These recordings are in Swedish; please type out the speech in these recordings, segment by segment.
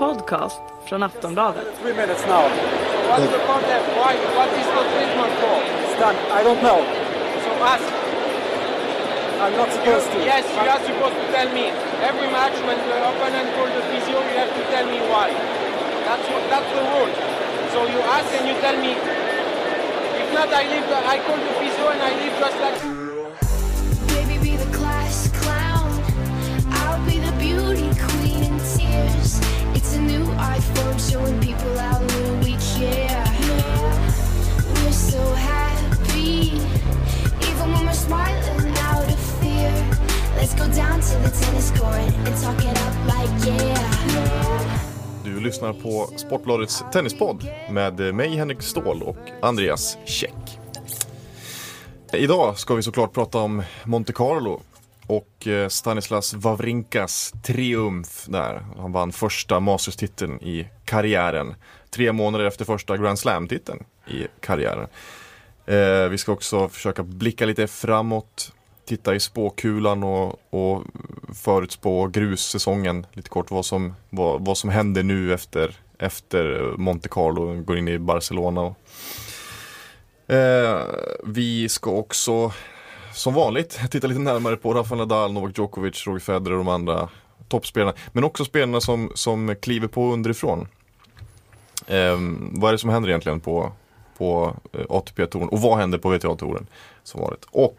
podcast från Aftonbladet. 3 minutes now. What's the problem? Why? What is the treatment for? Stan, I don't know. So ask. I'm not supposed to. Yes, you are supposed to tell me. Every match when the opponent calls the physio, you have to tell me why. That's the rule. So you ask and you tell me. If not, I call the physio and I leave just like. Baby, be the class clown. I'll be the beauty queen in tears. It's a new iPhone showing people how little we care. We're so happy, even when we're smiling out of fear. Let's go down to the tennis court and talk it up like yeah. Du lyssnar på Sportbladets tennispodd med mig Henrik Ståhl och Andreas Käck. Idag ska vi såklart prata om Monte Carlo och Stanislas Wawrinkas triumf där. Han vann första Masters-titeln i karriären. 3 månader efter första Grand Slam-titeln i karriären. Vi ska också försöka blicka lite framåt, titta i spåkulan och förutspå grussäsongen lite kort, vad som händer nu efter Monte Carlo, går in i Barcelona. Vi ska också som vanligt titta lite närmare på Rafael Nadal, Novak Djokovic, Roger Federer och de andra toppspelarna, men också spelarna som kliver på underifrån. Vad är det som händer egentligen på ATP-touren och vad händer på WTA-touren som vanligt? Och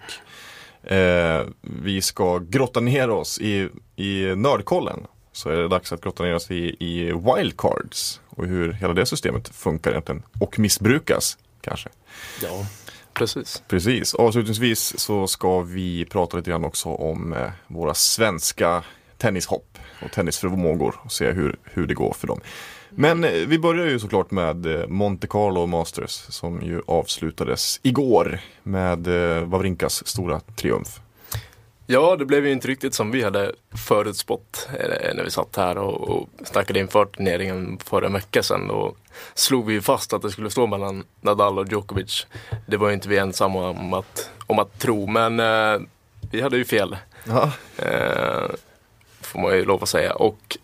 vi ska grotta ner oss i nördkollen. Så är det dags att grotta ner oss i wildcards och hur hela det systemet funkar egentligen och missbrukas kanske. Ja, precis. Precis. Avslutningsvis så ska vi prata lite grann också om våra svenska tennishopp och tennisförmågor och se hur det går för dem. Men vi börjar ju såklart med Monte Carlo Masters som ju avslutades igår med Wawrinkas stora triumf. Ja, det blev ju inte riktigt som vi hade förutspått när vi satt här och snackade inför turneringen förra veckan sedan. Då slog vi ju fast att det skulle stå mellan Nadal och Djokovic. Det var ju inte vi ensamma om att tro, men vi hade ju fel. Ja. Får man ju lov att säga. Och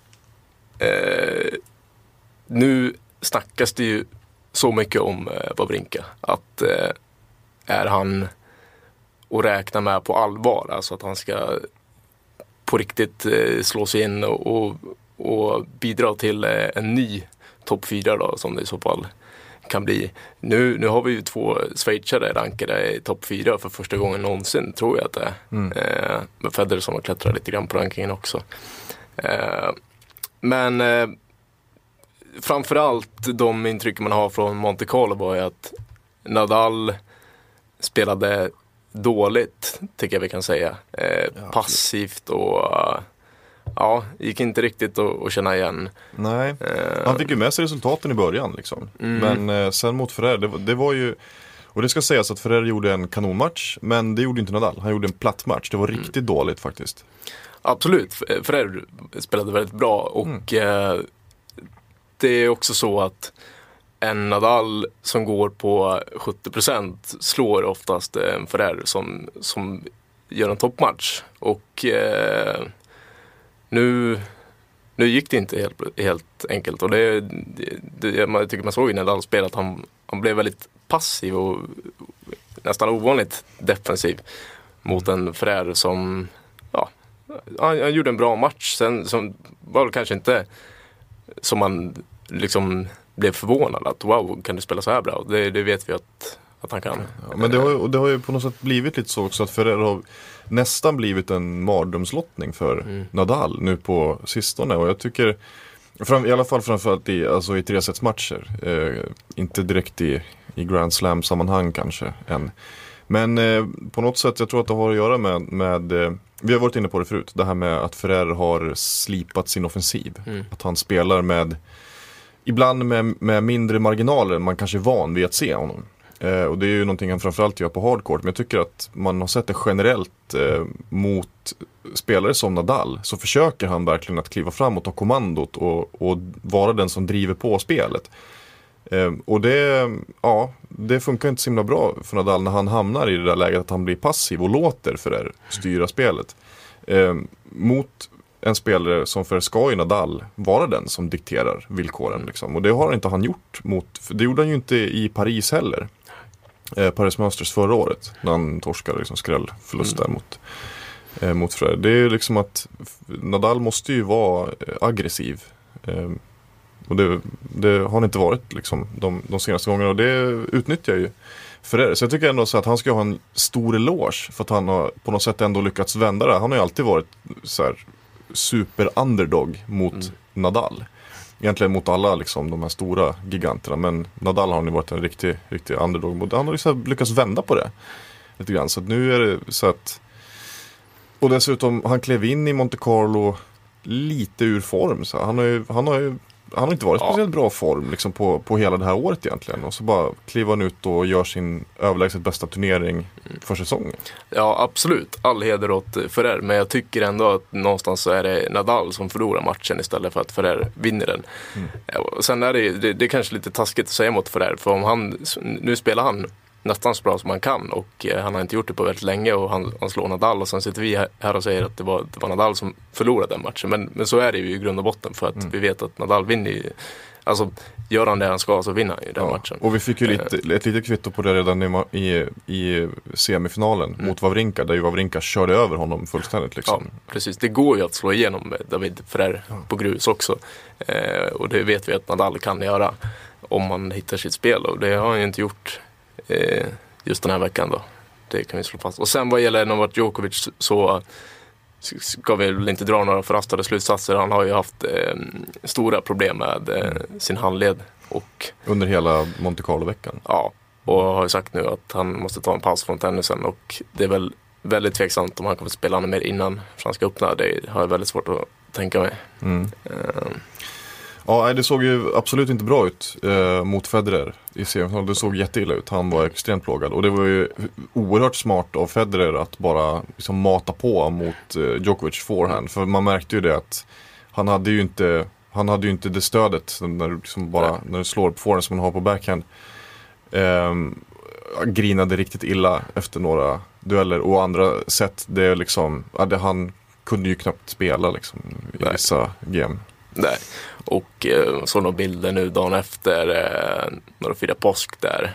nu snackas det ju så mycket om Wawrinka att är han att räkna med på allvar, alltså att han ska på riktigt slå sig in och bidra till en ny topp 4 då, som det i så fall kan bli. Nu har vi ju 2 schweizare rankade i topp 4 för första gången någonsin, tror jag att det är. Med Federer som har klättrat lite grann på rankingen också. Men framförallt de intryck man har från Monte Carlo var ju att Nadal spelade dåligt, tycker jag vi kan säga. Passivt och gick inte riktigt att känna igen. Nej, han fick ju med sig resultaten i början liksom. Men sen mot Ferrer, det var ju, och det ska sägas att Ferrer gjorde en kanonmatch, men det gjorde inte Nadal. Han gjorde en platt match, det var riktigt dåligt faktiskt. Absolut, Ferrer spelade väldigt bra och det är också så att en Nadal som går på 70% slår oftast en Ferrer som gör en toppmatch. Och nu gick det inte helt enkelt. Och jag tycker man såg i Nadals spel att han blev väldigt passiv och nästan ovanligt defensiv mot en Ferrer som han gjorde en bra match. Sen som var det kanske inte som man liksom blev förvånad att wow, kan du spela så här bra? Det vet vi att han kan. Ja, men det har ju på något sätt blivit lite så också att Ferrer har nästan blivit en mardrömslottning för Nadal nu på sistone, och jag tycker i alla fall framförallt i 3-setsmatcher, inte direkt i Grand Slam sammanhang kanske än. Men på något sätt, jag tror att det har att göra med vi har varit inne på det förut, det här med att Ferrer har slipat sin offensiv. Att han spelar ibland med mindre marginaler än man kanske är van vid att se honom. Och det är ju någonting han framförallt gör på hardcourt. Men jag tycker att man har sett det generellt mot spelare som Nadal. Så försöker han verkligen att kliva fram och ta kommandot och vara den som driver på spelet. Och det funkar inte så himla bra för Nadal när han hamnar i det där läget att han blir passiv och låter Ferrer styra spelet. Mot en spelare som för ska ju Nadal vara den som dikterar villkoren liksom. Och det har inte han gjort det gjorde han ju inte i Paris heller. Paris Masters förra året när han torskade liksom skrällförlust där mot Federer. Det är ju liksom att Nadal måste ju vara aggressiv. Och det har han inte varit liksom de senaste gångerna, och det utnyttjar ju Federer. Så jag tycker ändå så att han ska ha en stor eloge för att han har på något sätt ändå lyckats vända det. Han har ju alltid varit så här super underdog mot Nadal. Egentligen mot alla liksom, de här stora giganterna. Men Nadal har ju varit en riktig underdog. Han har liksom lyckats vända på det lite grann. Så att nu är det så att... Och dessutom, han klev in i Monte Carlo lite ur form. Så han har inte varit speciellt bra form liksom, på hela det här året egentligen. Och så bara kliver han ut och gör sin överlägset bästa turnering för säsongen. Ja, absolut. All heder åt Federer. Men jag tycker ändå att någonstans så är det Nadal som förlorar matchen istället för att Federer vinner den. Och sen är det är kanske lite taskigt att säga mot Federer. För om nu spelar han nästan så bra som han kan, och han har inte gjort det på väldigt länge, och han slår Nadal, och sen sitter vi här och säger att det var Nadal som förlorade den matchen, men så är det ju i grund och botten, för att vi vet att Nadal vinner ju, alltså gör han det han ska så vinner han ju den matchen. Och vi fick ju ett litet kvitto på det redan i semifinalen mot Wawrinka, där ju Wawrinka körde över honom fullständigt liksom. Ja, precis. Det går ju att slå igenom David Ferrer på grus också, och det vet vi att Nadal kan göra om man hittar sitt spel, och det har han ju inte gjort just den här veckan då. Det kan vi slå fast. Och sen vad gäller Novak Djokovic så ska vi väl inte dra några förrastade slutsatser. Han har ju haft stora problem med sin handled. Under hela Monte Carlo-veckan. Ja, och har ju sagt nu att han måste ta en paus från tennisen, och det är väl väldigt tveksamt om han kommer spela mer innan för han ska öppna. Det har jag väldigt svårt att tänka mig. Ja, det såg ju absolut inte bra ut mot Federer i semifinalen. Det såg jätteilla ut. Han var extremt plågad. Och det var ju oerhört smart av Federer att bara liksom mata på mot Djokovic forehand. För man märkte ju det att han hade ju inte det stödet när du liksom när du slår på forehand som man har på backhand. Grinade riktigt illa efter några dueller. Och andra sätt, det är liksom, han kunde ju knappt spela liksom i vissa game. Nej, och så några bilder nu dagen efter när de firar påsk där,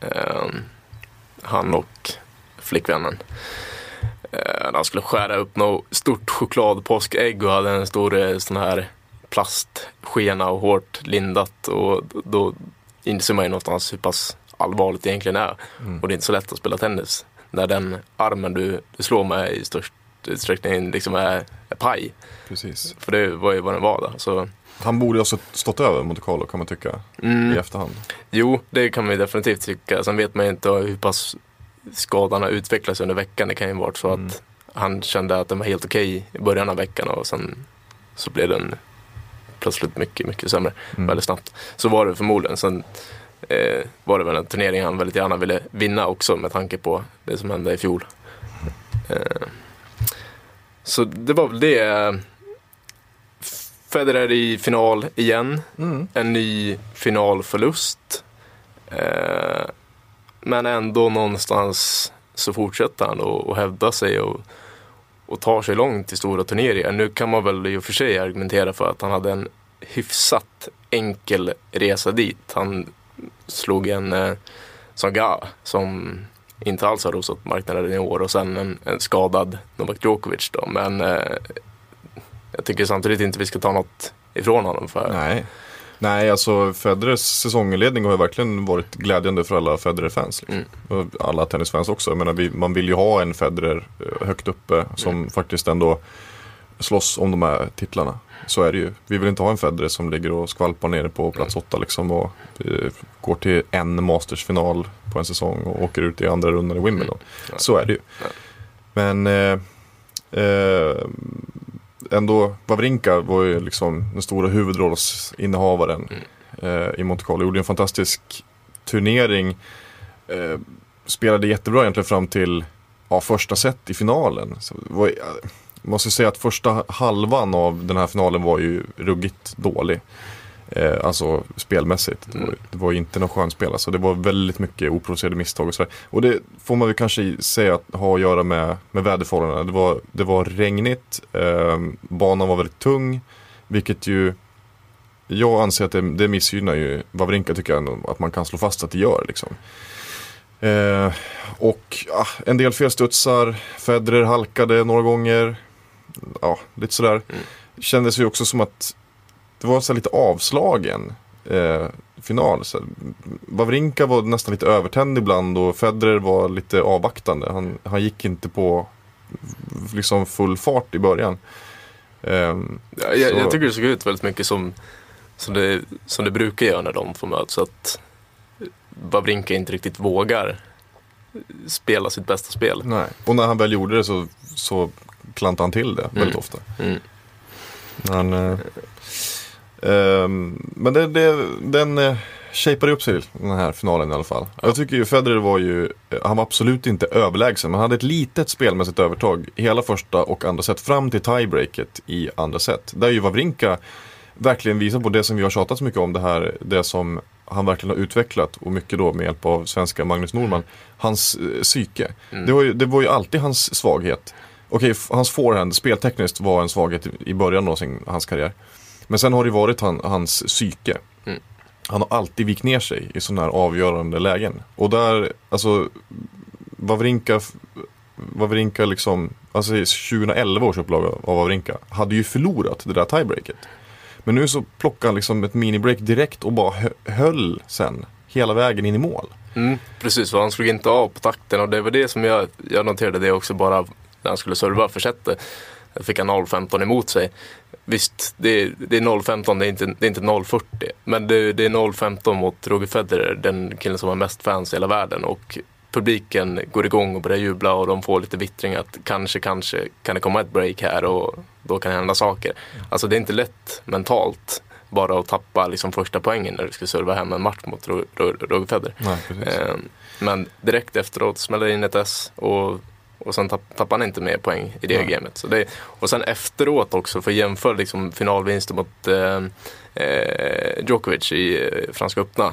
han och flickvännen, han skulle skära upp något stort chokladpåskägg och hade en stor sån här plastskena och hårt lindat, och då inser man ju någonstans hur pass allvarligt det egentligen är. Och det är inte så lätt att spela tennis när den armen du slår med i störst utsträckning liksom är paj. Precis. För det var ju vad den var där. Så han borde också stått över Monte Carlo, kan man tycka, i efterhand. Jo, det kan man definitivt tycka. Sen vet man inte hur pass skadan utvecklas under veckan. Det kan ju vara så att han kände att den var helt okej i början av veckan, och sen så blev den plötsligt mycket, mycket sämre väldigt snabbt. Så var det förmodligen. Sen var det väl en turnering han väldigt gärna ville vinna också, med tanke på det som hände i fjol. Så det var väl det. Federer i final igen. En ny finalförlust. Men ändå någonstans så fortsätter han att hävda sig och tar sig långt till stora turneringar. Nu kan man väl i och för sig argumentera för att han hade en hyfsat enkel resa dit. Han slog en Saga som inte alls har rosat marknaden i år, och sen en skadad Novak Djokovic då. Men jag tycker samtidigt inte vi ska ta något ifrån honom för. Nej, alltså Federers säsongledning har ju verkligen varit glädjande för alla Federer-fans liksom. Och alla tennisfans också. Jag menar, man vill ju ha en Federer högt uppe som faktiskt ändå slåss om de här titlarna. Så är det ju. Vi vill inte ha en Federer som ligger och skvalpar nere på plats 8 liksom, och går till en Masters-final på en säsong och åker ut i andra rundan i Wimbledon. Så är det ju. Men ändå, Wawrinka var ju liksom den stora huvudrollsinnehavaren i Monte Carlo. Gjorde en fantastisk turnering. Spelade jättebra egentligen fram till första set i finalen. Så måste säga att första halvan av den här finalen var ju ruggigt dålig. Alltså spelmässigt. Det var inte någon skön spel. Alltså, det var väldigt mycket oprovocerade misstag och sådär. Och det får man väl kanske säga att ha att göra med väderförhållandena. Det var regnigt, banan var väldigt tung, vilket ju jag anser att det missgynnar ju Wawrinka, tycker jag, att man kan slå fast att det gör liksom. Och en del felstudsar, Federer halkade några gånger, lite sådär. Kändes ju också som att det var så lite avslagen final. Så Wawrinka var nästan lite övertänd ibland och Federer var lite avvaktande. Han gick inte på liksom full fart i början. Jag tycker det såg ut väldigt mycket som det brukar göra när de får möta, så att Wawrinka inte riktigt vågar spela sitt bästa spel. Nej. Och när han väl gjorde det så klantade han till det väldigt ofta. Men den shapeade upp sig, den här finalen i alla fall. Jag tycker ju Federer han var absolut inte överlägsen, men han hade ett litet spelmässigt övertag hela första och andra set fram till tiebreaket i andra set. Där ju Wawrinka verkligen visar på det som vi har tjatat så mycket om, det som han verkligen har utvecklat, och mycket då med hjälp av svenska Magnus Norman, hans psyke. Det var ju alltid hans svaghet. Okej, hans forehand speltekniskt var en svaghet i början av hans karriär. Men sen har det varit hans psyke. Han har alltid vikt ner sig i sådana här avgörande lägen. Och där, alltså Wawrinka liksom, alltså 2011 års upplaga av Wawrinka hade ju förlorat det där tiebreaket. Men nu så plockade han liksom ett minibreak direkt och bara höll sen hela vägen in i mål. Precis, för han slog inte av på takten, och det var det som jag noterade det också, bara när han skulle serva för sättet. Fick han 0,15 emot sig. Visst, det är 0,15, det är inte 0,40. Men det är 0,15 mot Roger Federer, den killen som har mest fans i hela världen. Och publiken går igång och börjar jubla, och de får lite vittring att kanske kan det komma ett break här, och då kan det hända saker. Alltså det är inte lätt mentalt bara att tappa liksom första poängen när du ska serva hem en match mot Roger Federer. Nej, men direkt efteråt smäller in ett S, och sen tappar han inte mer poäng i det gamet. Så och sen efteråt också, för att jämföra liksom finalvinsten mot Djokovic i Franska öppna.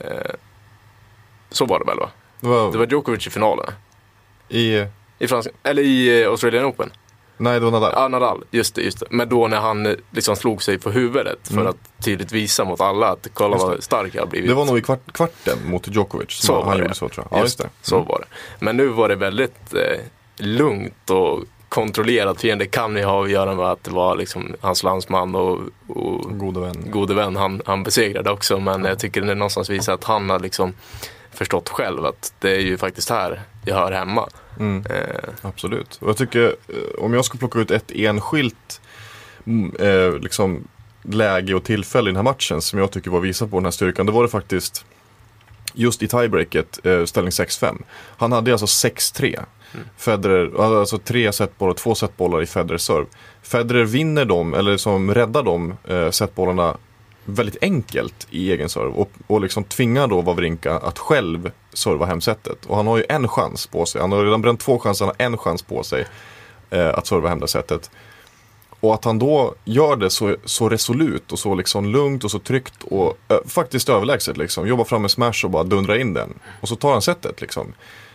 Så var det väl, va? Det var Djokovic i finalen. I Australian Open. Nej, det var Nadal. Ja, Nadal, just det. Men då när han liksom slog sig på huvudet för att tydligt visa mot alla att kolla vad stark jag har blivit. Det var nog i kvarten mot Djokovic som han gjorde så, tror jag. Ja, just det. Så var det. Men nu var det väldigt lugnt och kontrollerat. Det kan ju ha att göra med att det var liksom hans landsman och gode vän han besegrade också. Men jag tycker det någonstans visar att han har liksom förstått själv att det är ju faktiskt här jag hör hemma. Absolut. Och jag tycker, om jag ska plocka ut ett enskilt liksom läge och tillfälle i den här matchen som jag tycker var visat på den här styrkan, det var det faktiskt just i tiebreaket, ställning 6-5. Han hade alltså 6-3. Federer, alltså 3 setbollar och 2 setbollar i Federers serve. Federer vinner dem, eller som räddar de setbollarna väldigt enkelt i egen serve, och liksom tvingar då Wawrinka att själv serva hem setet. Och han har ju en chans på sig. Han har redan bränt 2 chanser, han har en chans på sig att serva hem det setet. Och att han då gör det så resolut och så liksom lugnt och så tryggt och faktiskt överlägset liksom. Jobbar fram med smash och bara dundrar in den. Och så tar han setet liksom.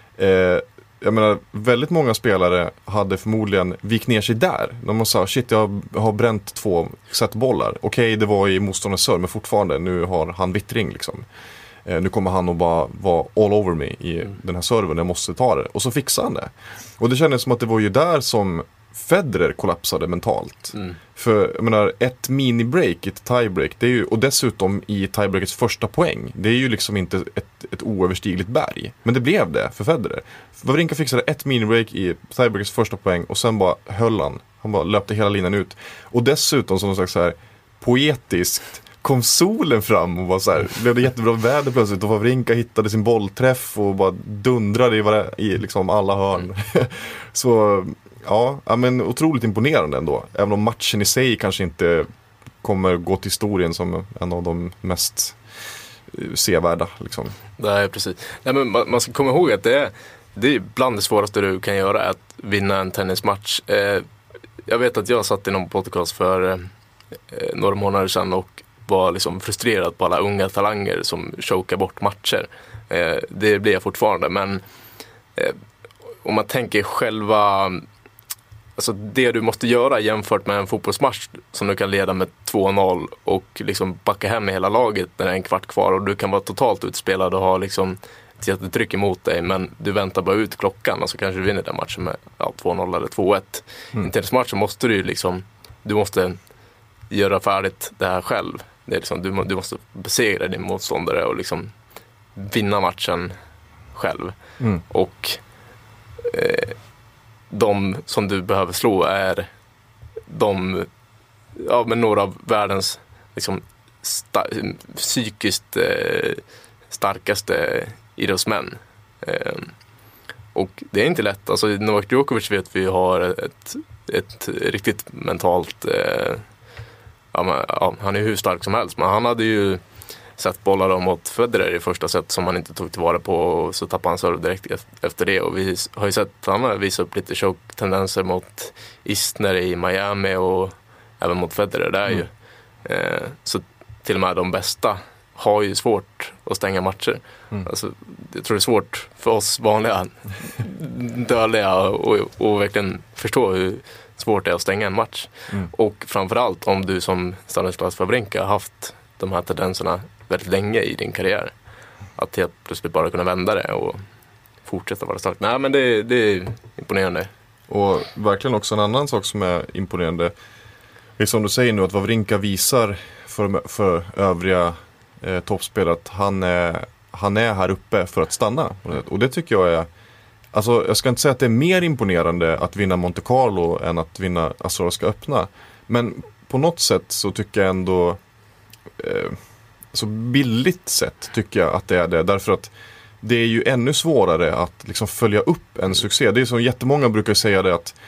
Jag menar, väldigt många spelare hade förmodligen vikt ner sig där. När man sa, shit, jag har bränt 2 setbollar. Okej, det var i motståndarens serve, men fortfarande, nu har han vittring liksom. Nu kommer han att bara vara all over me i den här serven, jag måste ta det. Och så fixar han det. Och det kändes som att det var ju där som Federer kollapsade mentalt. För jag menar, ett mini-break, ett tiebreak, det är ju, och dessutom i tiebreakets första poäng, det är ju liksom inte ett oöverstigligt berg. Men det blev det för Federer. Wawrinka fixade ett mini-break i tiebreakets första poäng, och sen bara höll han bara löpte hela linjen ut. Och dessutom, som någon slags så här poetiskt, kom solen fram och bara så här, blev det jättebra väder plötsligt, och Wawrinka hittade sin bollträff och bara dundrade i liksom alla hörn. Så ja, men otroligt imponerande ändå. Även om matchen i sig kanske inte kommer gå till historien som en av de mest sevärda liksom. Nej, precis. Nej, men man ska komma ihåg att det är bland det svåraste du kan göra, att vinna en tennismatch. Jag vet att jag satt i någon podcast för några månader sedan och var liksom frustrerad på alla unga talanger som chokar bort matcher. Det blir jag fortfarande, men om man tänker själva, alltså det du måste göra jämfört med en fotbollsmatch som du kan leda med 2-0 och liksom backa hem med hela laget när det är en kvart kvar och du kan vara totalt utspelad och ha liksom ett jättetryck emot dig, men du väntar bara ut klockan och så kanske du vinner den matchen med 2-0 eller 2-1. I en tennismatch så måste du måste göra färdigt det här själv. Det är liksom, du måste besegra din motståndare och liksom vinna matchen själv. Och de som du behöver slå är men några av världens liksom psykiskt starkaste idrottsmän. Och det är inte lätt. Alltså, Novak Djokovic vet vi har ett riktigt mentalt han är hur stark som helst, men han hade ju sett bollar mot Federer i första set som han inte tog tillvara på, och så tappade han serve direkt efter det. Och vi har ju sett han har visat upp lite choke-tendenser mot Isner i Miami och även mot Federer där ju. Så till och med de bästa har ju svårt att stänga matcher. Alltså, jag tror det är svårt för oss vanliga dödliga och verkligen förstå hur svårt det är att stänga en match. Och framförallt om du som Stanislas Wawrinka har haft de här tendenserna väldigt länge i din karriär. Att helt plötsligt bara kunna vända det och fortsätta vara stark. Nej, men det är imponerande. Och verkligen också en annan sak som är imponerande är som du säger nu, att Wawrinka visar för övriga toppspelare att han är här uppe för att stanna. Och det tycker jag är, alltså jag ska inte säga att det är mer imponerande att vinna Monte Carlo än att vinna Australiska öppna. Men på något sätt så tycker jag ändå så billigt sätt tycker jag att det är det. Därför att det är ju ännu svårare att liksom följa upp en succé. Det är som jättemånga brukar säga det att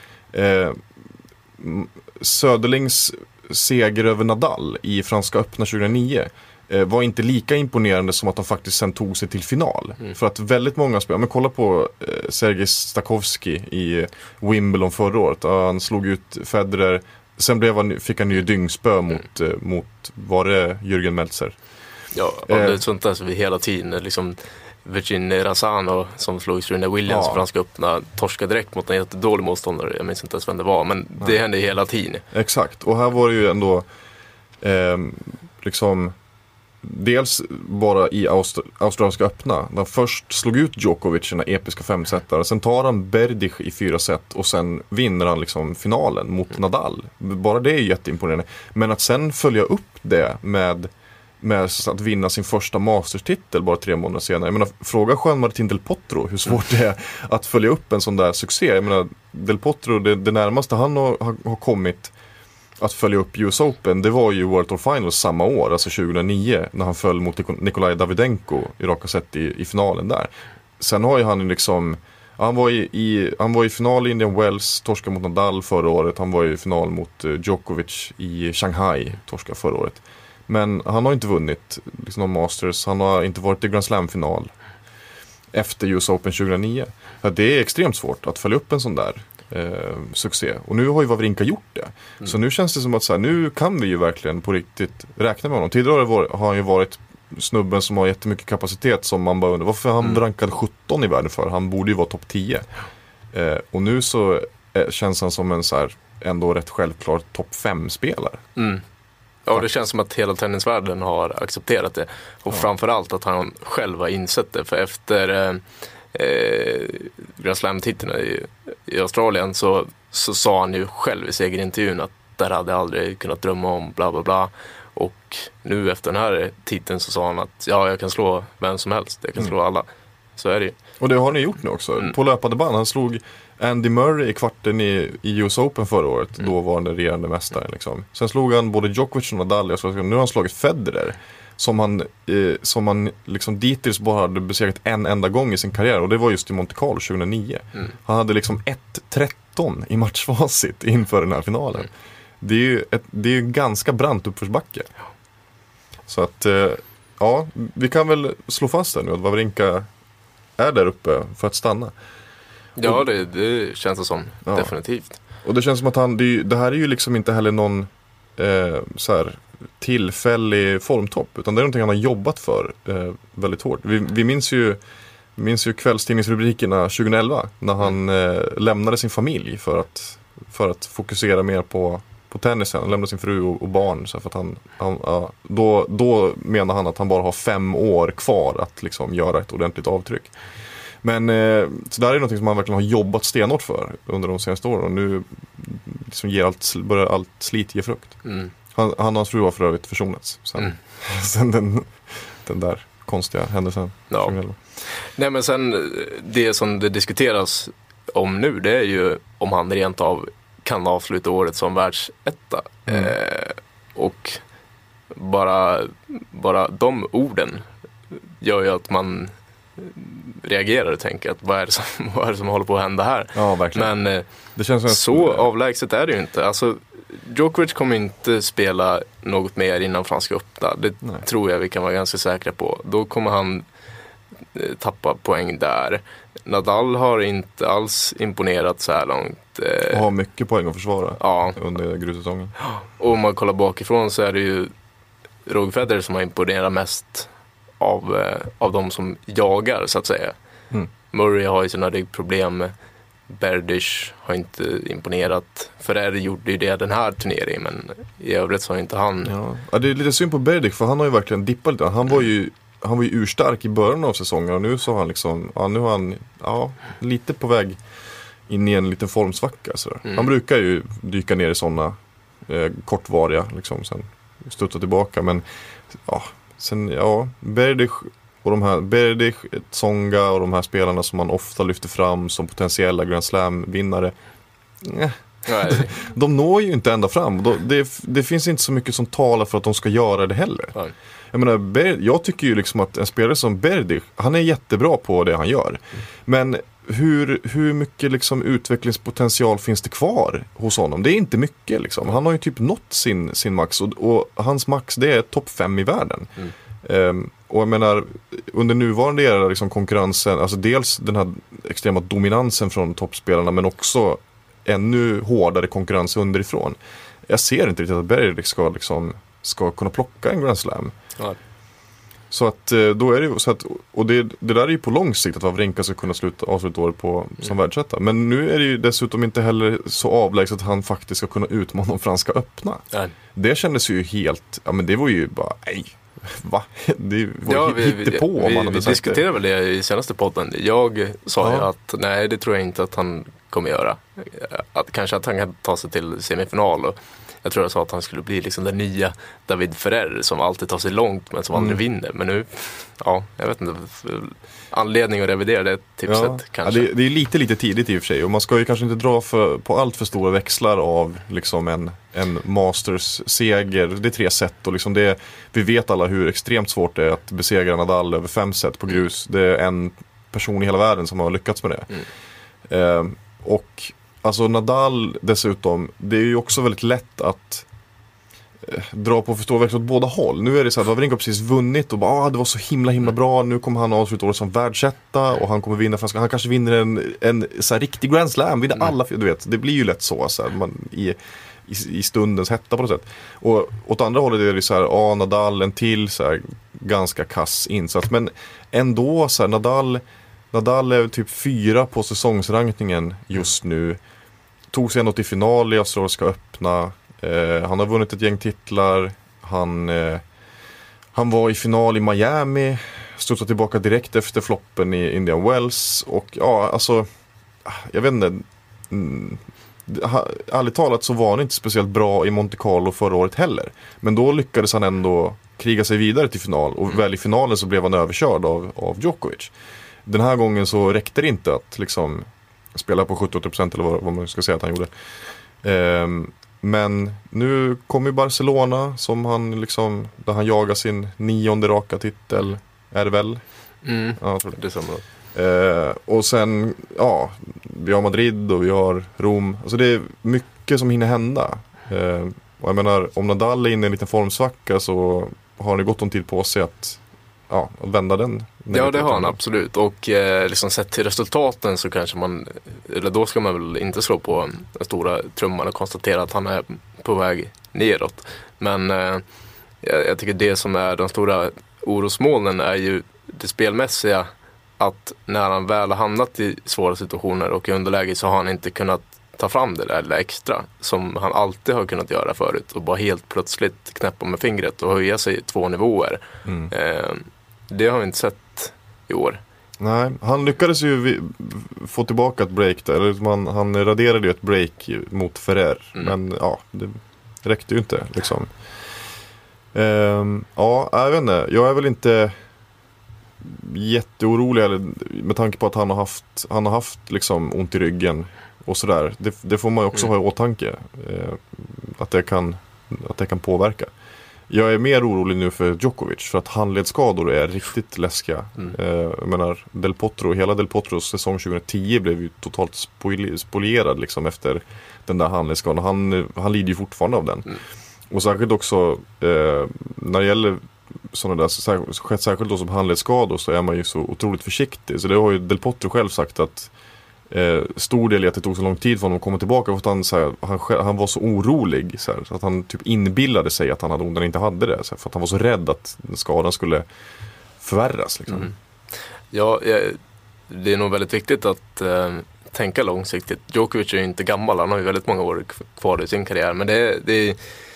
Söderlings seger över Nadal i Franska öppna 2009 var inte lika imponerande som att han faktiskt sen tog sig till final. För att väldigt många spelare, men kolla på Sergej Stakhovski i Wimbledon förra året. Han slog ut Federer, sen fick han ju dyngspö mot var det Jürgen Meltzer. Ja, det är sånt där som vi hela tiden liksom Virginia Razzano som slog Serena Williams i Franska öppna, torskade direkt mot en jättedålig motståndare. Jag minns inte ens vem det var, men det hände hela tiden. Exakt, och här var det ju ändå liksom dels bara i Australiska öppna. Han först slog ut Djokovic i den episka 5-setare. Sen tar han Berdych i 4 set och sen vinner han liksom finalen mot Nadal. Bara det är jätteimponerande. Men att sen följa upp det med att vinna sin första masterstitel bara 3 månader senare. Jag menar, fråga Juan Martín del Potro hur svårt det är att följa upp en sån där succé. Jag menar, del Potro, det närmaste han har kommit att följa upp US Open, det var ju World Tour Finals samma år, alltså 2009, när han föll mot Nikolaj Davydenko i raka set i finalen där. Sen har ju han liksom, han var i final i Indian Wells, torska mot Nadal förra året, han var i final mot Djokovic i Shanghai, torska förra året. Men han har inte vunnit liksom någon Masters, han har inte varit i Grand Slam-final efter US Open 2009. Så det är extremt svårt att följa upp en sån där succé. Och nu har ju Wawrinka gjort det. Så nu känns det som att så här, nu kan vi ju verkligen på riktigt räkna med honom. Tidigare har han ju varit snubben som har jättemycket kapacitet som man bara undrar varför han rankade 17 i världen för. Han borde ju vara topp 10. Och nu så känns han som en så här ändå rätt självklar topp 5-spelare. Ja, det känns som att hela tennisvärlden har accepterat det. Och framförallt att han själv har insett det. För efter Grand Slam-titeln i Australien så sa han ju själv i segerintervjun att där hade jag aldrig kunnat drömma om bla bla bla. Och nu efter den här titeln så sa han att jag kan slå vem som helst, jag kan slå alla. Så är det ju. Och det har ni gjort nu också. På löpande band, han slog Andy Murray i kvarten i US Open förra året. Då var han den regerande mästaren liksom. Sen slog han både Djokovic och Nadal. Nu har han slagit Federer som han liksom dittills bara hade besegrat en enda gång i sin karriär, och det var just i Monte Carlo 2009. Han hade liksom 1-13 i matchfacit inför den här finalen. Det är ju ganska brant uppförsbacke. Så att ja, vi kan väl slå fast det nu att Wawrinka är där uppe för att stanna. Ja, det känns det som, definitivt. Och det känns som att det här är ju liksom inte heller någon så här tillfällig formtopp, utan det är någonting han har jobbat för väldigt hårt. Vi minns ju kvällstidningsrubrikerna 2011 när han lämnade sin familj för att fokusera mer på tennisen. Han lämnade sin fru och barn så för att då menar han att han bara har 5 år kvar att liksom göra ett ordentligt avtryck. Men så där är något som han verkligen har jobbat stenhårt för under de senaste åren, och nu liksom börjar allt slit ge frukt. Han och hans fru har för övrigt försonats sen den där konstiga händelsen. Ja. Nej, men sen det som det diskuteras om nu, det är ju om han rent av kan avsluta året som världsetta. Och bara de orden gör ju att man reagerar och tänker att vad är det som håller på att hända här? Ja, verkligen. Men det känns så avlägset är det ju inte. Alltså, Djokovic kommer inte spela något mer innan Franska öppna. Det tror jag vi kan vara ganska säkra på. Då kommer han tappa poäng där. Nadal har inte alls imponerat så här långt. Har mycket poäng att försvara under grussäsongen. Och om man kollar bakifrån så är det ju Roger Federer som har imponerat mest av de som jagar, så att säga. Murray har ju sina ryggproblem. Berdych har inte imponerat. Ferrer gjorde ju det den här turneringen, men i övrigt så har inte han. Ja, det är lite synd på Berdych, för han har ju verkligen dippat lite. Han var ju urstark i början av säsongen, och nu så har han liksom, nu har han lite på väg in i en liten formsvacka. Han brukar ju dyka ner i sådana kortvariga liksom, sen studsa tillbaka, men Berdych och de här Berdych, Tsonga och de här spelarna som man ofta lyfter fram som potentiella Grand Slam-vinnare, de når ju inte ända fram. Det finns inte så mycket som talar för att de ska göra det heller. Jag menar, jag tycker ju liksom att en spelare som Berdych, han är jättebra på det han gör. Men hur mycket liksom utvecklingspotential finns det kvar hos honom? Det är inte mycket liksom. Han har ju typ nått sin max, och hans max, det är topp 5 i världen. Och jag menar, under nuvarande era liksom konkurrensen, alltså dels den här extrema dominansen från toppspelarna, men också ännu hårdare konkurrens underifrån. Jag ser inte riktigt att Berdych ska kunna plocka en Grand Slam. Så att då är det ju så att, och det där är ju på lång sikt att Wawrinka ska kunna avsluta året som världsetta. Men nu är det ju dessutom inte heller så avlägset att han faktiskt ska kunna utmana de Franska öppna. Det kändes ju helt, men det var ju bara, va? Det var hittepå om man hade sagt det. Vi diskuterade väl det i senaste podden. Jag sa ju att nej, det tror jag inte att han kommer göra. Kanske att han kan ta sig till semifinal, och jag tror jag sa att han skulle bli liksom den nya David Ferrer som alltid tar sig långt men som aldrig vinner. Men nu, jag vet inte, anledning att revidera det tipset kanske. Ja, det är lite tidigt i och för sig, och man ska ju kanske inte dra på allt för stora växlar av liksom en Masters-seger. Det är 3 set, och liksom vi vet alla hur extremt svårt det är att besegra Nadal över 5 set på grus. Det är en person i hela världen som har lyckats med det. Och alltså Nadal dessutom, det är ju också väldigt lätt att dra på för stora växlar åt båda håll. Nu är det så att Wawrinka precis vunnit och bara, det var så himla bra. Nu kommer han avsluta året som världsetta, och han kommer vinna franska. Han kanske vinner en så här riktig Grand Slam, vinner alla, du vet. Det blir ju lätt så här, man i stundens hetta på något sätt. Och åt andra hållet är det så här, Nadal en till så här ganska kass insats, men ändå så här, Nadal är typ 4 på säsongsrankningen just nu. Tog sig ändå till final i Australiska öppna. Han har vunnit ett gäng titlar. Han var i final i Miami. Studsade tillbaka direkt efter floppen i Indian Wells. Och alltså, jag vet inte. Ärligt talat så var han inte speciellt bra i Monte Carlo förra året heller. Men då lyckades han ändå kriga sig vidare till final. Och väl i finalen så blev han överkörd av Djokovic. Den här gången så räckte det inte att liksom spela på 70-80% eller vad man ska säga att han gjorde. Men nu kommer ju Barcelona som han liksom, där han jagar sin 9:e raka titel, är det väl? Ja, jag tror det. Och sen, vi har Madrid och vi har Rom. Alltså det är mycket som hinner hända. Och jag menar, om Nadal är inne i en liten formsvacka så har han gott om tid på sig att vända den. Ja, det har han absolut. Och liksom sett till resultaten så kanske då ska man väl inte slå på den stora trumman och konstatera att han är på väg neråt. Men jag tycker det som är de stora orosmolnen är ju det spelmässiga, att när han väl har hamnat i svåra situationer och i underläge så har han inte kunnat ta fram det där extra som han alltid har kunnat göra förut och bara helt plötsligt knäppa med fingret och höja sig 2 nivåer. Det har vi inte sett i år. Nej, han lyckades ju få tillbaka ett break där. Eller han raderade ju ett break mot Ferrer. Men ja, det räckte ju inte liksom. Ja, jag vet inte. Jag är väl inte jätteorolig med tanke på att han har haft liksom ont i ryggen och sådär. Det får man ju också ha i åtanke. Att det kan påverka. Jag är mer orolig nu för Djokovic för att handledsskador är riktigt läskiga. Jag menar, hela Del Potros säsong 2010 blev ju totalt spolierad liksom efter den där handledsskadan. Han lider ju fortfarande av den. Och särskilt också när det gäller sådana där, särskilt då som handledsskador, så är man ju så otroligt försiktig. Så det har ju Del Potro själv sagt att stor del i att det tog så lång tid för honom att komma tillbaka, för att han var så orolig så att han typ inbillade sig att han hade ont, han inte hade det, för att han var så rädd att skadan skulle förvärras liksom. Ja, det är nog väldigt viktigt att tänka långsiktigt. Djokovic är ju inte gammal, han har ju väldigt många år kvar i sin karriär, men det är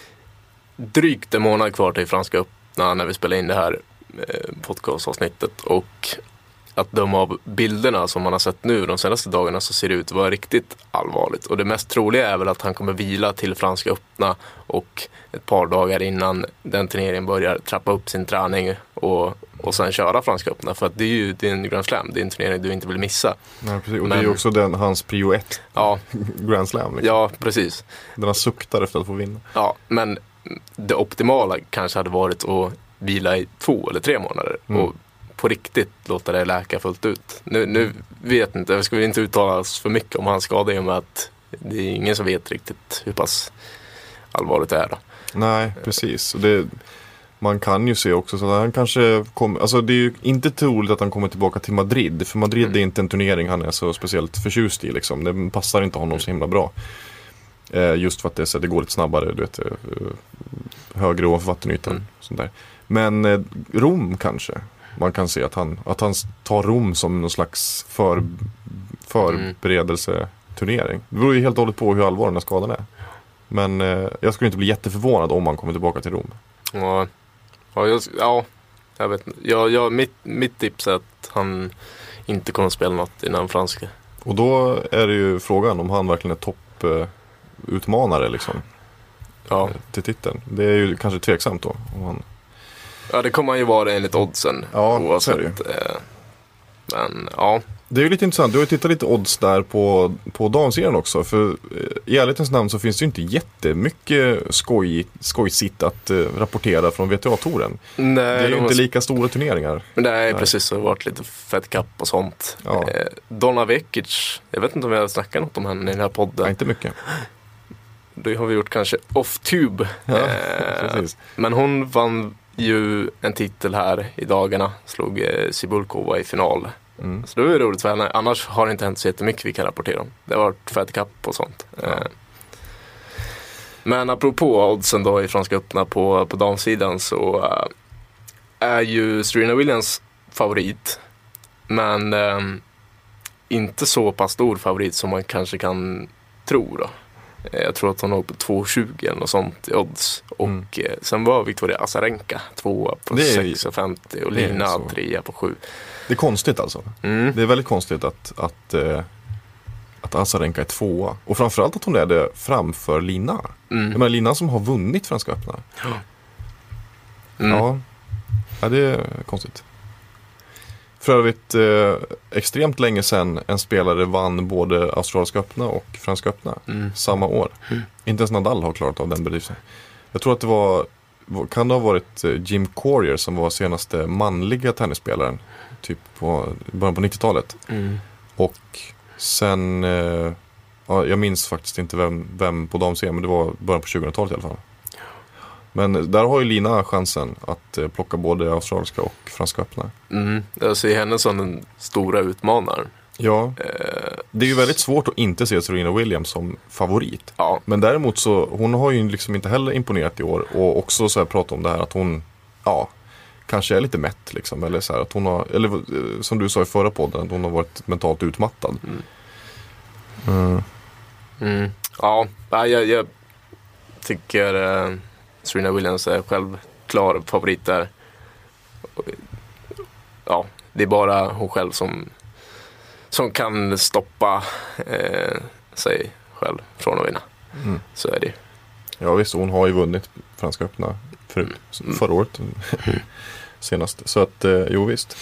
drygt en månad kvar till Franska öppna när vi spelar in det här podcastavsnittet, och att döma av bilderna som man har sett nu de senaste dagarna så ser det ut att vara riktigt allvarligt. Och det mest troliga är väl att han kommer vila till Franska öppna och ett par dagar innan den turneringen börjar trappa upp sin träning och sen köra Franska öppna. För att det är en Grand Slam, det är en turnering du inte vill missa. Nej, precis. Och det är ju också hans prio 1 Grand Slam. Liksom. Ja, precis. Den har suktar efter att få vinna. Ja, men det optimala kanske hade varit att vila i 2 eller 3 månader och på riktigt låta det läka fullt ut. Nu vet inte, jag ska inte uttala oss för mycket om hans skada i och med att det är ingen som vet riktigt hur pass allvarligt det är då. Nej, precis. Och man kan ju se också så att han kanske alltså det är ju inte troligt att han kommer tillbaka till Madrid, för Madrid är inte en turnering han är så speciellt förtjust i liksom. Det passar inte honom så himla bra. Just för att det går lite snabbare, du vet, högre ovanför vattenytan sånt där. Men Rom kanske. Man kan se att han tar Rom som någon slags förberedelseturnering. Det beror ju helt och hållet på hur allvarlig den här skadan är. Men jag skulle inte bli jätteförvånad om han kommer tillbaka till Rom. Jag vet inte. Mitt tips är att han inte kommer att spela något innan franska. Och då är det ju frågan om han verkligen är topputmanare liksom. Ja. Till titeln. Det är ju kanske tveksamt då om han... Ja, det kommer han ju vara enligt oddsen. Ja, oavsett. Men ja. Det är ju lite intressant. Du har ju tittat lite odds där på damserien också. För i ärlighetens namn så finns det ju inte jättemycket skojsitt att rapportera från WTA-touren. Nej, det är ju inte lika stora turneringar. Nej, precis. Det har varit lite Fed Cup och sånt. Ja. Donna Vekic, jag vet inte om jag har snackat något om henne i den här podden. Nej, inte mycket. Det har vi gjort kanske off-tube. Ja, precis. Men hon vann ju en titel här i dagarna. Slog Cibulkova i final. Så det var ju roligt för henne. Annars har det inte hänt så jättemycket vi kan rapportera om. Det har varit Fed Cup och sånt. Ja. Men apropå oddsen då i Franska öppna på damsidan så är ju Serena Williams favorit. Men inte så pass stor favorit som man kanske kan tro då. Jag tror att hon låg på 2,20 och sånt i odds. Och sen var Victoria Azarenka 2 på 6,50 och Lina 3 på 7. Det är konstigt alltså. Det är väldigt konstigt att Azarenka är 2. Och framförallt att hon är det framför Lina. Jag menar Lina som har vunnit Franska öppna. Ja, det är konstigt. För övrigt extremt länge sedan en spelare vann både Australiska öppna och Franska öppna samma år. Inte ens Nadal har klarat av den bedriften. Jag tror att det kan det ha varit Jim Courier som var senaste manliga tennisspelaren typ på början på 90-talet. Och sen jag minns faktiskt inte vem på damserien, men det var början på 2000-talet i alla fall. Men där har ju Lina chansen att plocka både australiska och franska öppna. Jag ser henne som den stora utmanaren. Ja, det är ju väldigt svårt att inte se Serena Williams som favorit. Ja. Men däremot så, hon har ju liksom inte heller imponerat i år. Och också så här prata om det här att hon, kanske är lite mätt liksom. Eller så här att hon har, eller som du sa i förra podden, att hon har varit mentalt utmattad. Ja, jag tycker Serena Williams är självklar favorit där. Ja, det är bara hon själv som kan stoppa sig själv från att vinna. Så är det. Ja visst, hon har ju vunnit Franska öppna förra året senast. Så att, jo visst.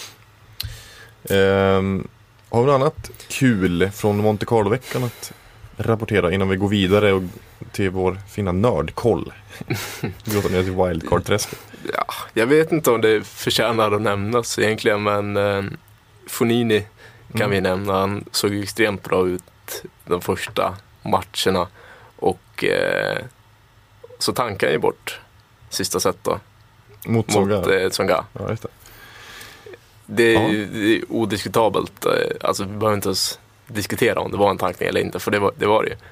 Har vi något annat kul från Monte Carlo-veckan att rapportera innan vi går vidare och till vår fina nördkoll? Vi går ner till wildcard-träsket. Ja, jag vet inte om det förtjänar att nämnas egentligen, men Fognini kan vi nämna. Han såg ju extremt bra ut de första matcherna och så tankade han ju bort sista set då. Mot Tsonga. Ja, just det. Det är odiskutabelt. Alltså vi behöver inte ens diskutera om det var en tankning eller inte, för det var det ju.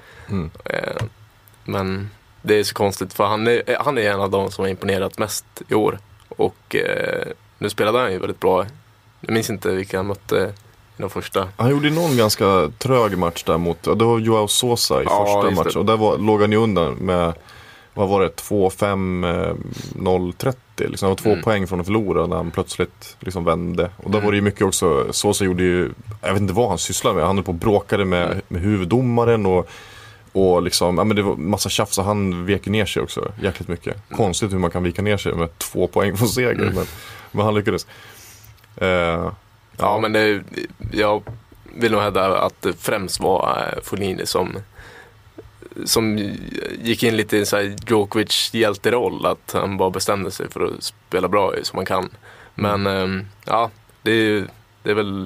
Men det är så konstigt, för han är en av de som har imponerat mest i år. Och nu spelade han ju väldigt bra. Jag minns inte vilka han mötte i de första. Han gjorde någon ganska trög match där mot, det var Joao Sosa i första matchen. Och där låg han ju undan med, vad var det, 2-5-0-30. Liksom. Det var 2 poäng från att förlora när han plötsligt liksom vände. Och där var det ju mycket också, Sosa gjorde ju, jag vet inte vad han sysslade med. Han höll på och bråkade med huvuddomaren och liksom, men det var massa tjafs, och han vek ner sig också jäkligt mycket. Konstigt hur man kan vika ner sig med 2 poäng från seger, men han lyckades. Ja, men jag vill nog hävda att det främst var Fognini som gick in lite i en så här Djokovic hjälteroll, att han bara bestämde sig för att spela bra som man kan. Men det är väl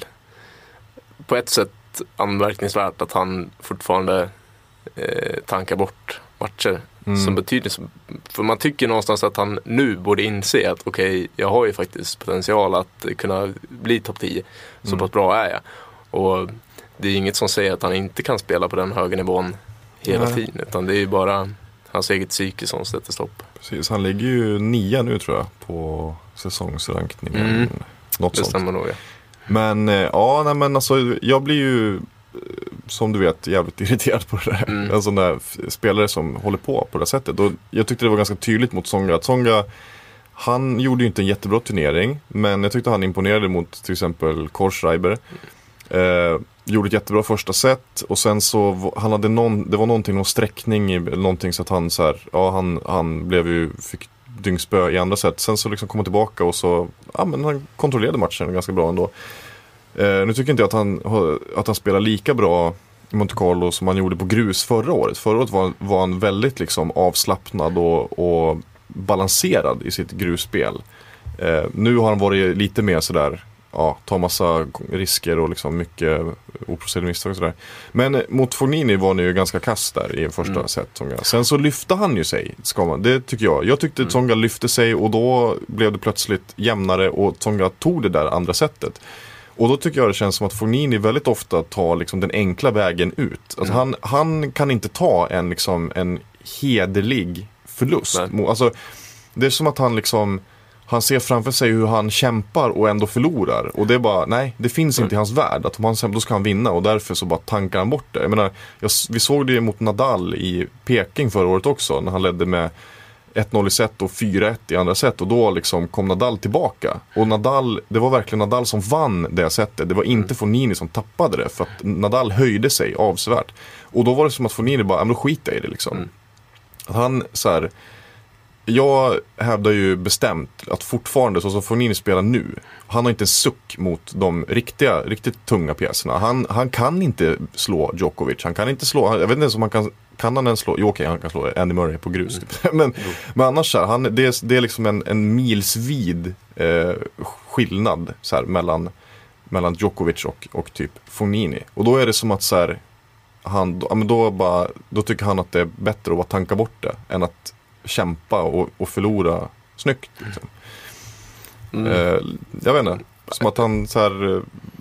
på ett sätt anmärkningsvärt att han fortfarande tankar bort matcher som betyder så, för man tycker någonstans att han nu borde inse att okej, jag har ju faktiskt potential att kunna bli topp 10, så pass bra är jag, och det är inget som säger att han inte kan spela på den höga nivån hela tiden, utan det är ju bara hans eget psyke som sätter stopp. Precis, han ligger ju 9 nu tror jag på säsongsrankningen. Något det sånt. stämmer nog, ja. Men men alltså, jag blir ju, som du vet, jävligt irriterad på det där. En sån där spelare som håller på det sättet. Och jag tyckte det var ganska tydligt mot Tsonga. Att Tsonga, han gjorde ju inte en jättebra turnering, men jag tyckte han imponerade mot till exempel Korsreiber. Gjorde ett jättebra första set, och sen så han hade det var någon sträckning i någonting, så att han så här, han fick dyngspö i andra set. Sen så liksom kom han tillbaka, och så men han kontrollerade matchen ganska bra ändå. Nu tycker inte jag att han spelar lika bra i Monte Carlo som han gjorde på grus förra året. Förra året var han väldigt liksom avslappnad och balanserad i sitt grusspel. Nu har han varit lite mer sådär, ta massa risker och liksom mycket oproceduerade misstag och sådär. Men mot Fognini var han ju ganska kass där i första set. Sen så lyfte han ju sig, det tycker jag. Jag tyckte Tsonga lyfte sig, och då blev det plötsligt jämnare, och Tsonga tog det där andra setet. Och då tycker jag det känns som att Fognini väldigt ofta tar liksom den enkla vägen ut. Alltså han kan inte ta en hederlig förlust. Alltså, det är som att han ser framför sig hur han kämpar och ändå förlorar. Och det är bara, nej, det finns inte i hans värld. Att då ska han vinna, och därför så bara tankar han bort det. Jag menar, vi såg det mot Nadal i Peking förra året också, när han ledde med 1-0 i set och 4-1 i andra set, och då liksom kom Nadal tillbaka. Och det var verkligen Nadal som vann det setet. Det var inte Fognini som tappade det, för att Nadal höjde sig avsevärt. Och då var det som att Fognini bara, då skiter i det liksom. Att han så här, jag hävdar ju bestämt att fortfarande så som Fognini spelar nu, han har inte en suck mot de riktigt tunga pjäserna. Han kan inte slå Djokovic, han kan inte slå, jag vet inte ens om han kan han ens slå, han kan slå Andy Murray på grus typ. men annars så här, det är liksom en milsvid skillnad så här, mellan Djokovic och typ Fognini. Och då är det som att så här, då tycker han att det är bättre att bara tanka bort det än att kämpa och förlora snyggt liksom. Jag vet inte, som att han så här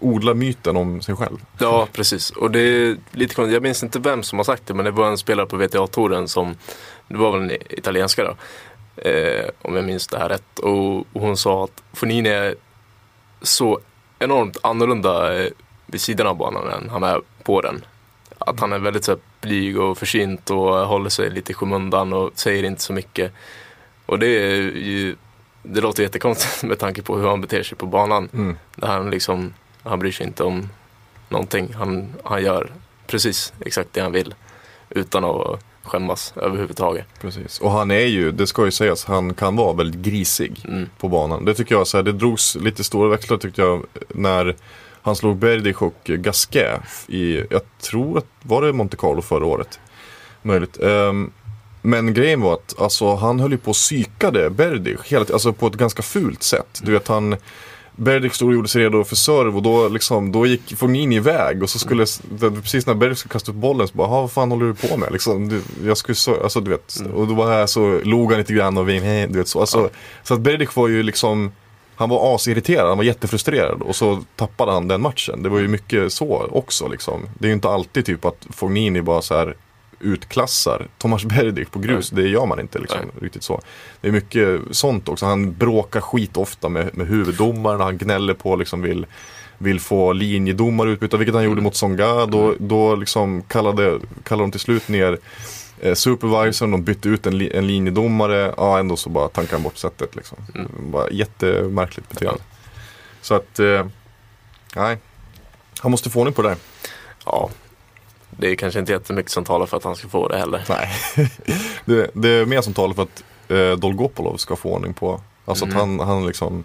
odlar myten om sig själv. Ja, precis. Och det är lite konstigt. Jag minns inte vem som har sagt det, men det var en spelare på VTA-touren som, det var väl en italienska då, om jag minns det här rätt. Och hon sa att Fognini är så enormt annorlunda vid sidan av banan än han är på den. Att han är väldigt så här, blyg och försynt och håller sig lite i skymundan och säger inte så mycket. Och det är ju, det låter jättekonstigt med tanke på hur han beter sig på banan. Där han bryr sig inte om någonting. Han gör precis exakt det han vill utan att skämmas överhuvudtaget. Precis. Och han är ju, det ska ju sägas, han kan vara väldigt grisig på banan. Det tycker jag, så här, det drogs lite stora växlar tyckte jag när han slog Berdych och Gasquet i, jag tror att var det Monte Carlo förra året. Möjligt. Men grejen var att alltså, han höll ju på att psykade Berdych alltså på ett ganska fult sätt. Du vet, Berdych stod och gjorde sig redo för serve och då gick Fognini iväg och så skulle precis när Berdych skulle kasta upp bollen så bara, vad fan håller du på med? Liksom, jag skulle alltså du vet, och då var här så log han lite grann och du vet så. Alltså, så att Berdych var ju liksom, han var asirriterad, han var jättefrustrerad och så tappade han den matchen. Det var ju mycket så också liksom. Det är ju inte alltid typ att Fognini bara så här utklassar Tomas Berdych på grus. Det gör man inte liksom, riktigt så. Det är mycket sånt också. Han bråkar skit ofta med huvuddomaren. Han gnäller på liksom vill få linjedomare utbyta, vilket han gjorde mot Songa. Då liksom kallade de till slut ner supervisorn. De bytte ut en linjedomare. Ja, ändå så bara tankade han bort sättet liksom. Bara jättemärkligt beteende. Så att nej, han måste få ordning på det där. Ja. Det är kanske inte jättemycket som talar för att han ska få det heller. Nej, det är mer som talar för att Dolgopolov ska få ordning på. Alltså att han liksom...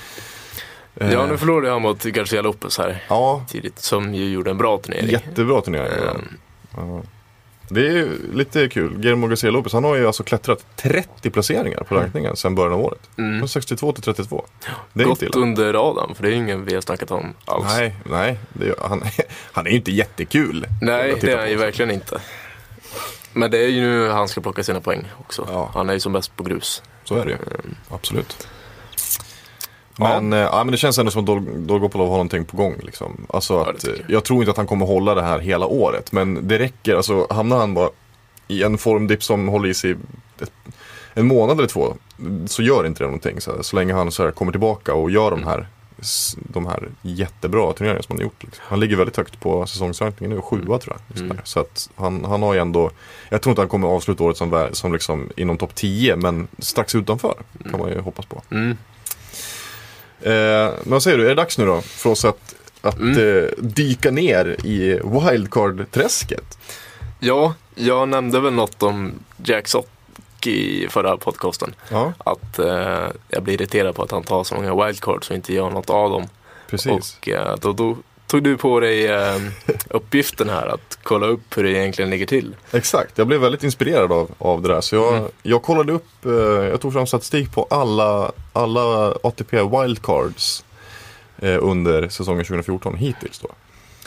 Ja, nu förlorade han mot Garcia Lopez här tidigt, som ju gjorde en bra turnering. Jättebra turnering. Det är lite kul. Guillermo Garcia Lopez, han har ju alltså klättrat 30 placeringar på rankningen sedan början av året. Från 62 till 32. Det är gått inte illa. under radarn, för det är ingen vi har snackat om alls. Nej, han är ju inte jättekul. Nej, det är han ju verkligen inte. Men det är ju nu han ska plocka sina poäng också. Ja. Han är ju som bäst på grus. Så är det ju, absolut. Men det känns ändå som att Dolgopolov har någonting på gång liksom. Alltså att, jag tror inte att han kommer hålla det här hela året, men det räcker, alltså hamnar han bara i en formdipp som håller i sig en månad eller två, så gör inte det någonting så länge han så här kommer tillbaka och gör de här jättebra turneringarna som han har gjort liksom. Han ligger väldigt högt på säsongsrankningen nu, 7 tror jag. Så att han har ju ändå, jag tror inte han kommer avsluta året som liksom inom topp 10, men strax utanför kan man ju hoppas på. Men vad säger du, är det dags nu då för oss att dyka ner i wildcard-träsket? Ja, jag nämnde väl något om Jack Sock i förra podcasten. Att jag blir irriterad på att han tar så många wildcards och inte gör något av dem. Precis. Och då tog du på dig uppgiften här att kolla upp hur det egentligen ligger till. Exakt, jag blev väldigt inspirerad av det där. Så jag kollade upp, jag tog fram statistik på alla ATP wildcards under säsongen 2014 hittills då.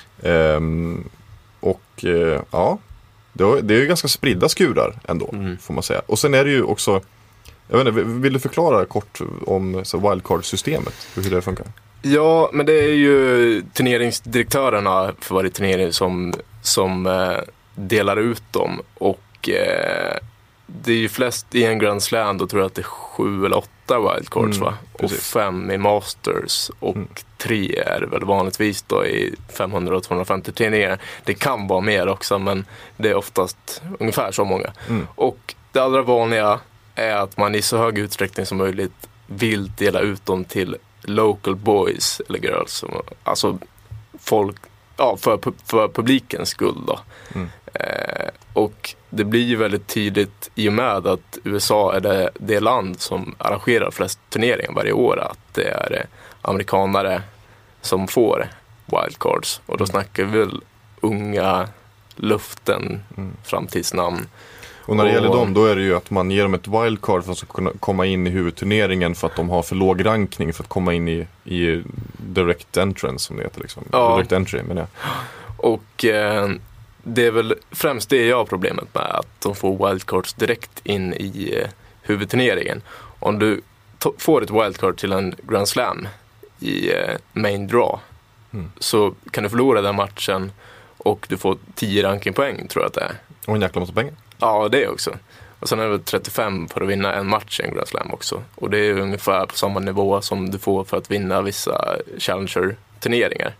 Det är ju ganska spridda skurar ändå, får man säga. Och sen är det ju också, jag vet inte, vill du förklara kort om wildcard-systemet, hur det funkar? Ja, men det är ju turneringsdirektörerna för varje turnering som delar ut dem. Och det är ju flest i en Grand Slam, då tror jag att det är 7 eller 8 wildcards va? Och 5 i Masters och 3 är väl vanligtvis då i 500 och 250 turneringar. Det kan vara mer också, men det är oftast ungefär så många. Och det allra vanliga är att man i så hög utsträckning som möjligt vill dela ut dem till local boys eller girls, alltså folk, för publikens skull då. Och det blir ju väldigt tydligt i och med att USA är det land som arrangerar flest turneringar varje år, att det är amerikanare som får wildcards, och då snackar vi väl unga luften, framtidsnamn. Och när det gäller dem, då är det ju att man ger dem ett wildcard för att de ska kunna komma in i huvudturneringen, för att de har för låg rankning för att komma in i direct entrance, som det heter liksom. Direct entry, men Och det är väl främst det jag har problemet med, att de får wildcards direkt in i huvudturneringen. Om du får ett wildcard till en Grand Slam i main draw, så kan du förlora den matchen och du får 10 rankingpoäng, tror jag att det är. Och en jäkla massa pengar. Ja, det också. Och sen är det 35 för att vinna en match i en Grand Slam också. Och det är ungefär på samma nivå som du får för att vinna vissa Challenger-turneringar.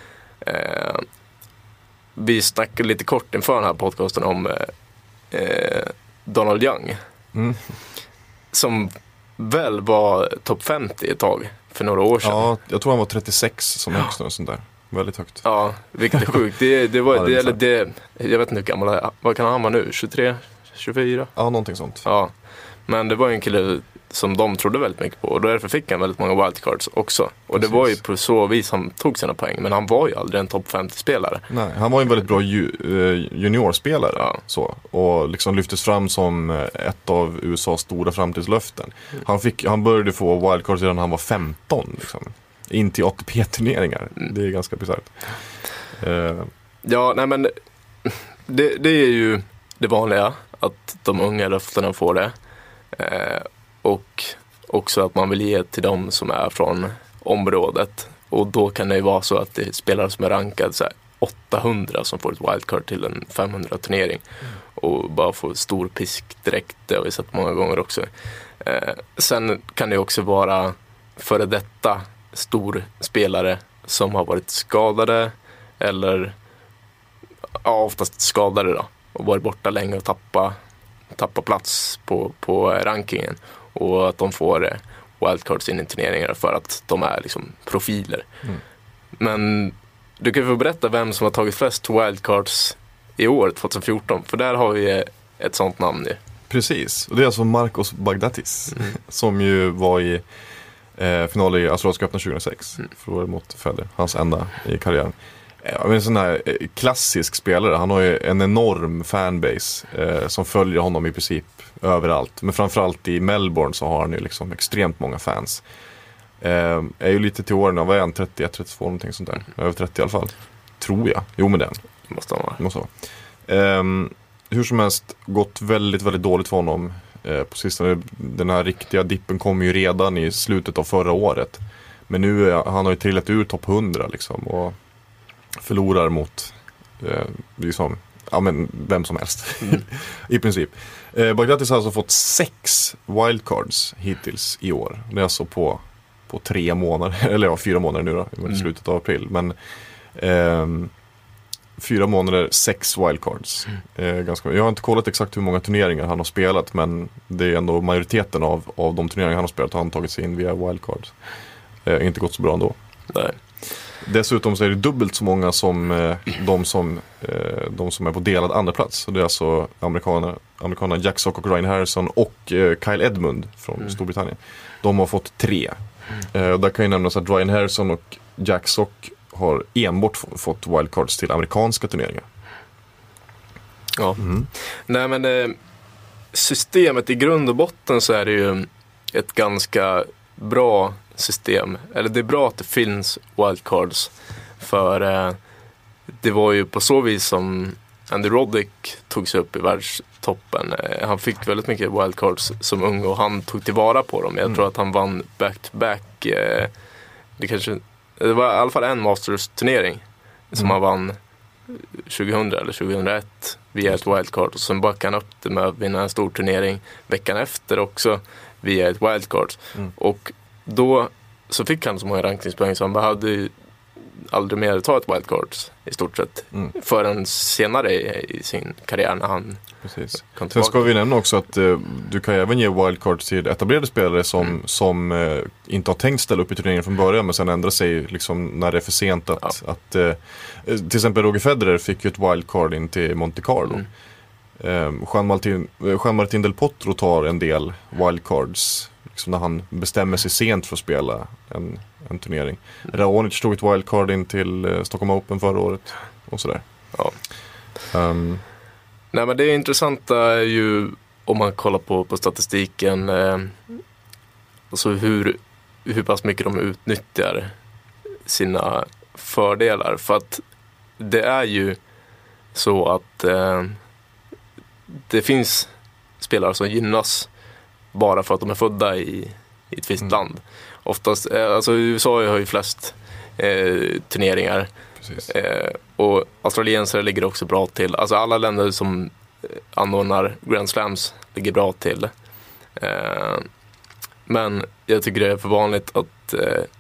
Vi snackade lite kort inför den här podcasten om Donald Young. Som väl var topp 50 ett tag för några år sedan. Ja, jag tror han var 36 som högst och sånt där. Väldigt högt. Ja, vilket är sjukt. Det var, Ja, jag vet inte hur gammal det är. Vad kan han vara nu? 23? 24? Ja, någonting sånt. Ja, men det var ju en kille som de trodde väldigt mycket på. Och därför fick han väldigt många wildcards också. Och det var ju på så vis han tog sina poäng. Men han var ju aldrig en topp 50-spelare. Nej, han var ju en väldigt bra juniorspelare. Ja. Så, och liksom lyftes fram som ett av USAs stora framtidslöften. Han började få wildcards redan när han var 15. Liksom. In till ATP-turneringar. Det är ganska bisarrt. Ja, nej men det är ju det vanliga att de unga löftena får det. Och också att man vill ge till dem som är från området. Och då kan det ju vara så att det är spelare som är rankade så här 800 som får ett wildcard till en 500-turnering. Och bara får stor pisk direkt. Det har vi sett många gånger också. Sen kan det också vara före detta stor spelare som har varit skadade eller oftast skadade då och varit borta länge och tappa plats på rankingen, och att de får wildcards in i turneringar för att de är liksom profiler. Men du kan få berätta vem som har tagit flest wildcards i år 2014, för där har vi ett sånt namn nu. Precis, och det är alltså Marcos Baghdatis som ju var i final i Australiska öppna 2006 förlorade mot Federer, hans enda i karriären. En sån här klassisk spelare. Han har ju en enorm fanbase som följer honom i princip överallt. Men framförallt i Melbourne så har han ju liksom extremt många fans. Är ju lite till åren, vad är han? 31, 32 någonting sånt där. Över 30 i alla fall. Tror jag. Jo, men den. Måste vara. Hur som helst, gått väldigt, väldigt dåligt för honom på sistone. Den här riktiga dippen kom ju redan i slutet av förra året. Men nu han har ju trillat ur topp 100 liksom, och förlorar mot liksom, ja, men vem som helst i princip. Baghdatis har alltså fått 6 wildcards hittills i år. Det är alltså på 3 månader, eller ja, 4 månader nu då, i slutet av april. Men 4 månader, 6 wildcards. Ganska, jag har inte kollat exakt hur många turneringar han har spelat, men det är ändå majoriteten av de turneringar han har spelat har han tagit sig in via wildcards. Inte gått så bra ändå. Nej. Dessutom så är det dubbelt så många som de som är på delad andra plats. Så det är alltså amerikanerna Jack Sock och Ryan Harrison och Kyle Edmund från Storbritannien. De har fått 3. Där kan ju nämnas att Ryan Harrison och Jack Sock har enbart fått wildcards till amerikanska turneringar. Ja. Nej, men systemet i grund och botten så är det ju ett ganska bra system. Eller det är bra att det finns wildcards, för det var ju på så vis som Andy Roddick tog sig upp i världstoppen. Han fick väldigt mycket wildcards som ung och han tog tillvara på dem. Jag tror att han vann back-to-back. Det var i alla fall en Masters-turnering som han vann 2000 eller 2001 via ett wildcard, och sen backade han upp det med att vinna en stor turnering veckan efter också via ett wildcard. Och då så fick han så många rankningspoäng så han behövde ju aldrig mer ta ett wildcard i stort sett förrän senare i sin karriär när han Precis. kom Sen ska tillbaka. vi nämna också att du kan även ge wildcards till etablerade spelare som inte har tänkt ställa upp i turneringen från början, men sen ändrar sig liksom när det är för sent att till exempel Roger Federer fick ju ett wildcard in till Monte Carlo. Juan Martín del Potro tar en del wildcards liksom när han bestämmer sig sent för att spela en turnering. Raonic tog ett wildcard in till Stockholm Open förra året och sådär. Ja. Nej, men det är intressant är ju om man kollar på statistiken, alltså hur pass mycket de utnyttjar sina fördelar, för att det är ju så att det finns spelare som gynnas bara för att de är födda i ett visst land. Oftast, alltså USA har ju flest turneringar. Precis. Och australiensare ligger också bra till. Alltså alla länder som anordnar Grand Slams ligger bra till. Men jag tycker det är för vanligt att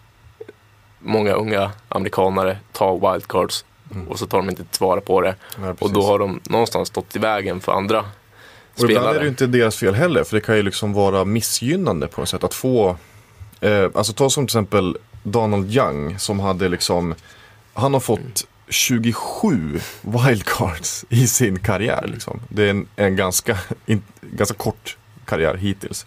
många unga amerikanare tar wildcards och så tar de inte tillvara på det. Ja, och då har de någonstans stått i vägen för andra och spelare. ibland är det ju inte deras fel heller, för det kan ju liksom vara missgynnande på något sätt att få, alltså ta som till exempel Donald Young som hade liksom, han har fått 27 wildcards i sin karriär liksom. Det är en ganska kort karriär hittills.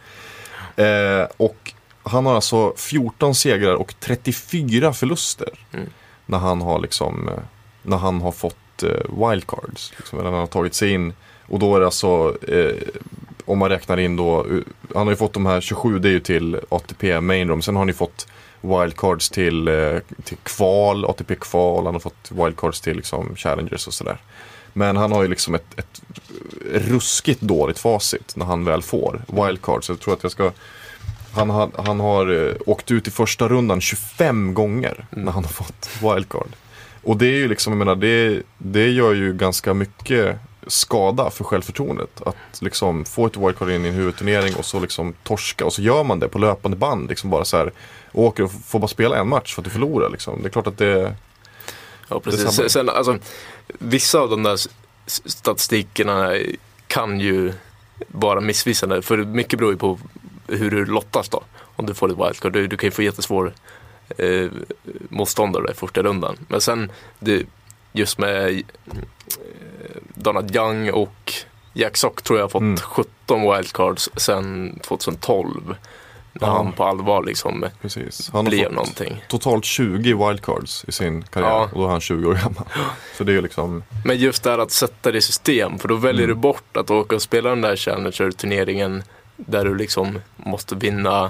Och han har alltså 14 segrar och 34 förluster när han har liksom, när han har fått wildcards liksom, när han har tagit sig in. Och då är det alltså, om man räknar in då, han har ju fått de här 27, det är ju till ATP Main Room. Sen har han ju fått wildcards till kval, ATP kval, han har fått wildcards till liksom Challengers och sådär. Men han har ju liksom ett ruskigt dåligt facit när han väl får wildcards. Jag tror att han har åkt ut i första rundan 25 gånger när han har fått wildcard. Och det är ju liksom, jag menar, det gör ju ganska mycket skada för självförtroendet att liksom få ett wildcard in i en huvudturnering och så liksom torska, och så gör man det på löpande band liksom, bara så här, åker och får bara spela en match för att du förlorar liksom. Det är klart att det. Ja, precis. Sen, alltså, vissa av de där statistikerna kan ju vara missvisande, för mycket beror ju på hur du lottas då. Om du får ett wildcard, du kan ju få jättesvår motståndare i första rundan. Men sen just med Donald Young och Jack Sock tror jag har fått 17 wildcards sedan 2012. När han på allvar liksom han blev har fått någonting. Totalt 20 wildcards i sin karriär, och då är han 20 år gammal. Så det är ju liksom. Men just det här att sätta det i system, för då väljer du bort att åka och spela den där Challenger-turneringen där du liksom måste vinna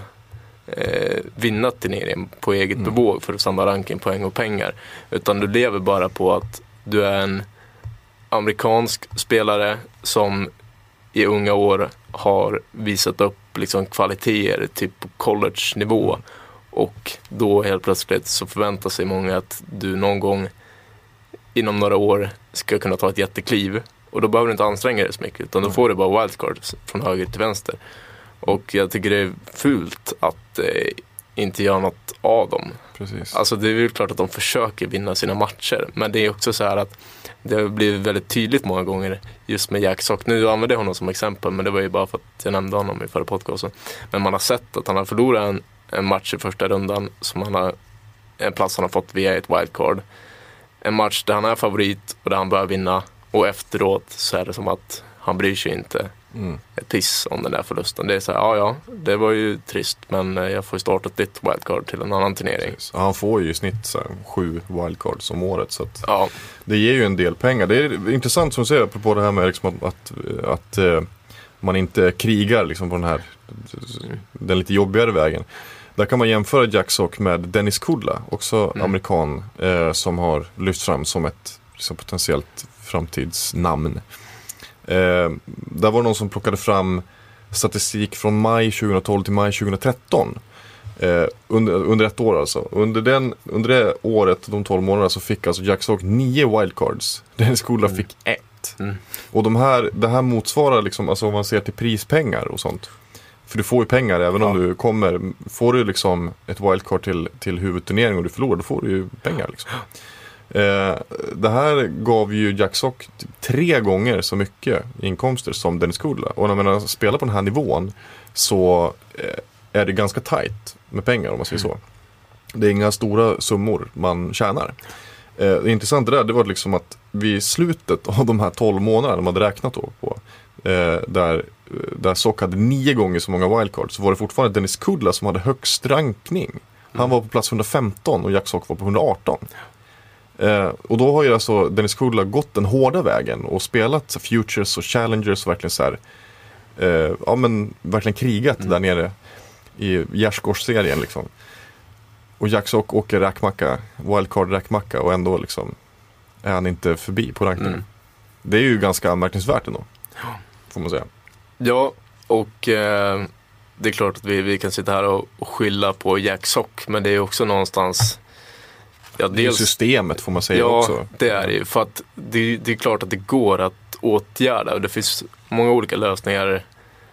turneringen på eget bevåg för samma ranking, poäng och pengar. Utan du lever bara på att du är en amerikansk spelare som i unga år har visat upp liksom kvaliteter typ på college-nivå, och då helt plötsligt så förväntar sig många att du någon gång inom några år ska kunna ta ett jättekliv, och då behöver du inte anstränga dig så mycket, utan då får du bara wildcards från höger till vänster. Och jag tycker det är fult att inte göra något av dem. Precis. Alltså det är ju klart att de försöker vinna sina matcher, men det är också så här att det har blivit väldigt tydligt många gånger just med Jack Sock. Nu använder jag honom som exempel, men det var ju bara för att jag nämnde honom i förra podcasten. Men man har sett att han har förlorat en match i första rundan som en plats han har fått via ett wildcard. En match där han är favorit och där han bör vinna, och efteråt så är det som att han bryr sig inte ett piss om den där förlusten. Det är så här, ja, det var ju trist, men jag får starta ett ditt wildcard till en annan turnering. Precis. Han får ju i snitt så här, 7 wildcards om året, så att ja. Det ger ju en del pengar. Det är intressant som du säger, apropå det här med liksom att man inte krigar liksom på den lite jobbigare vägen. Där kan man jämföra Jack Sock med Dennis Kudla, också amerikan, som har lyfts fram som ett liksom, potentiellt framtidsnamn. Där var det någon som plockade fram statistik från maj 2012 till maj 2013, under ett år alltså. Under det året, de 12 månaderna, så fick alltså Jack Sock 9 wildcards. Dennis Kudla fick 1. Och det här motsvarar liksom, alltså om man ser till prispengar och sånt. För du får ju pengar även om du får du liksom ett wildcard till huvudturnering och du förlorar, då får du ju pengar liksom. Det här gav ju Jack Sock 3 gånger så mycket inkomster som Dennis Kudla. Och när man spelar på den här nivån så är det ganska tight med pengar, om man säger så. Det är inga stora summor man tjänar. Det intressanta det var liksom att vid slutet av de här 12 månaderna de hade räknat då på, där Sock hade 9 gånger så många wildcards, så var det fortfarande Dennis Kudla som hade högst rankning. Han var på plats 115 och Jack Sock var på 118. Och då har ju alltså Dennis Kudla gått den hårda vägen och spelat Futures och Challengers och verkligen så här, verkligen krigat där nere i gärdsgårdsserien liksom. Och Jack Sock åker wildcard-räkmacka, och ändå liksom är han inte förbi på rankningen. Det är ju ganska anmärkningsvärt ändå, får man säga. Ja, och det är klart att vi kan sitta här och skylla på Jack Sock, men det är också någonstans Ja, Det är ju systemet får man säga också. Det är det ju. För att det är klart att det går att åtgärda. Och det finns många olika lösningar.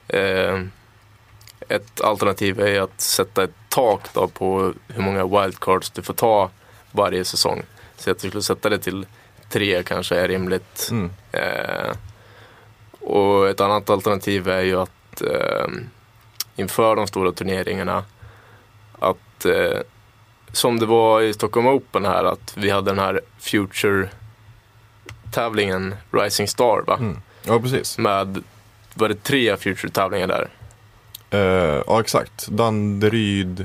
Ett alternativ är att sätta ett tak då på hur många wildcards du får ta varje säsong. Så att du skulle sätta det till 3 kanske är rimligt. Och ett annat alternativ är ju att inför de stora turneringarna att som det var i Stockholm Open här, att vi hade den här Future-tävlingen Rising Star, va? Ja, precis. Med, var det 3 Future-tävlingar där? Ja, exakt. Danderyd,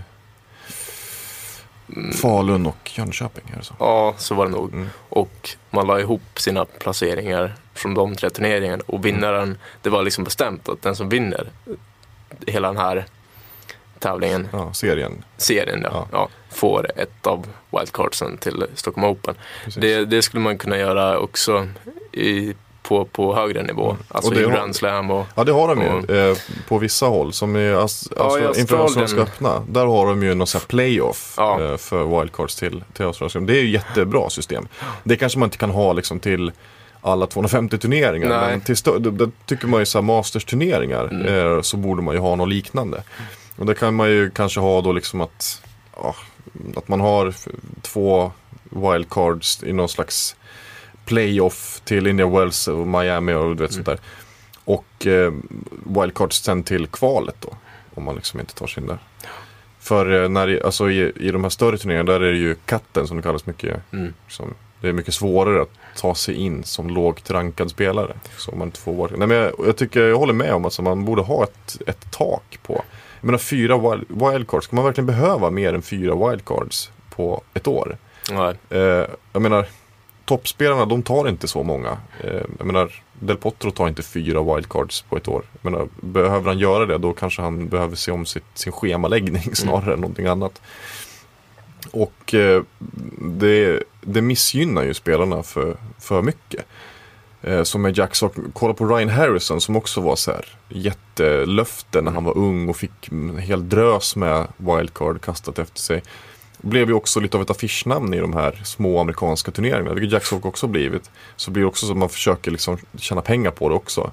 Falun och Jönköping. Är det så? Ja, så var det nog. Och man la ihop sina placeringar från de 3 turneringarna. Och vinnaren, det var liksom bestämt att den som vinner hela den här tävlingen, Ja, serien. Ja, får ett av wildcardsen till Stockholm Open. Det skulle man kunna göra också på högre nivå. Alltså i Grand Slam och... Ja, det har de ju på vissa håll. Som är inför Australienska öppna. Där har de ju någon sån här playoff för wildcards till Australienska. Det är ju jättebra system. Det kanske man inte kan ha liksom till alla 250 turneringar. Nej. Men det tycker man ju så här masters-turneringar så borde man ju ha något liknande. Och det kan man ju kanske ha då liksom att man har 2 wildcards i någon slags playoff till Indian Wells och Miami och sånt där. Och wildcards sen till kvalet då, om man liksom inte tar sig in där. För alltså i de här större turneringarna där är det ju katten som det kallas mycket. Det är mycket svårare att ta sig in som lågt rankad spelare. Så man inte får wildcard. Nej, men jag håller med om att man borde ha ett tak på. Jag menar 4 wildcards. Ska man verkligen behöva mer än 4 wildcards på ett år? Nej. Jag menar, toppspelarna, de tar inte så många. Jag menar, Del Potro tar inte 4 wildcards på ett år. Jag menar, behöver han göra det, då kanske han behöver se om sin schemaläggning snarare än någonting annat. Och det missgynnar ju spelarna för mycket. Som med Jack Sock, kolla på Ryan Harrison som också var så här jättelöfte när han var ung och fick en hel drös med wildcard kastat efter sig. Blev ju också lite av ett affischnamn i de här små amerikanska turneringarna, vilket Jack Sock också blivit. Så blir det också så att man försöker liksom tjäna pengar på det också.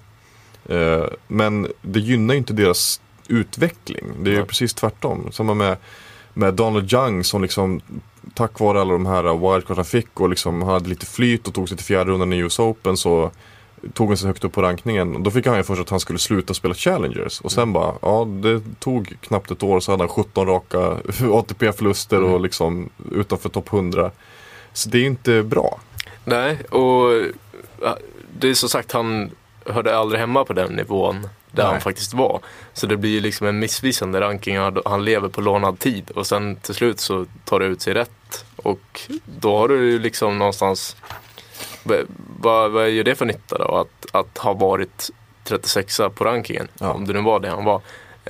Men det gynnar ju inte deras utveckling. Det är ju precis tvärtom. Samma med Donald Young som liksom tack vare alla de här wildcards han fick och liksom han hade lite flyt och tog sig till 4:e rundan i US Open, så tog han sig högt upp på rankningen. Då fick han ju först att han skulle sluta spela Challengers och sen bara, det tog knappt ett år så hade han 17 raka ATP-förluster och liksom utanför topp 100. Så det är inte bra. Nej, och det är så sagt, han hörde aldrig hemma på den nivån där han faktiskt var. Så det blir ju liksom en missvisande ranking. Han lever på lånad tid och sen till slut så tar det ut sig rätt. Och då har du ju liksom någonstans... Vad gör det för nytta då? Att ha varit 36 på rankingen, om det nu var det han var.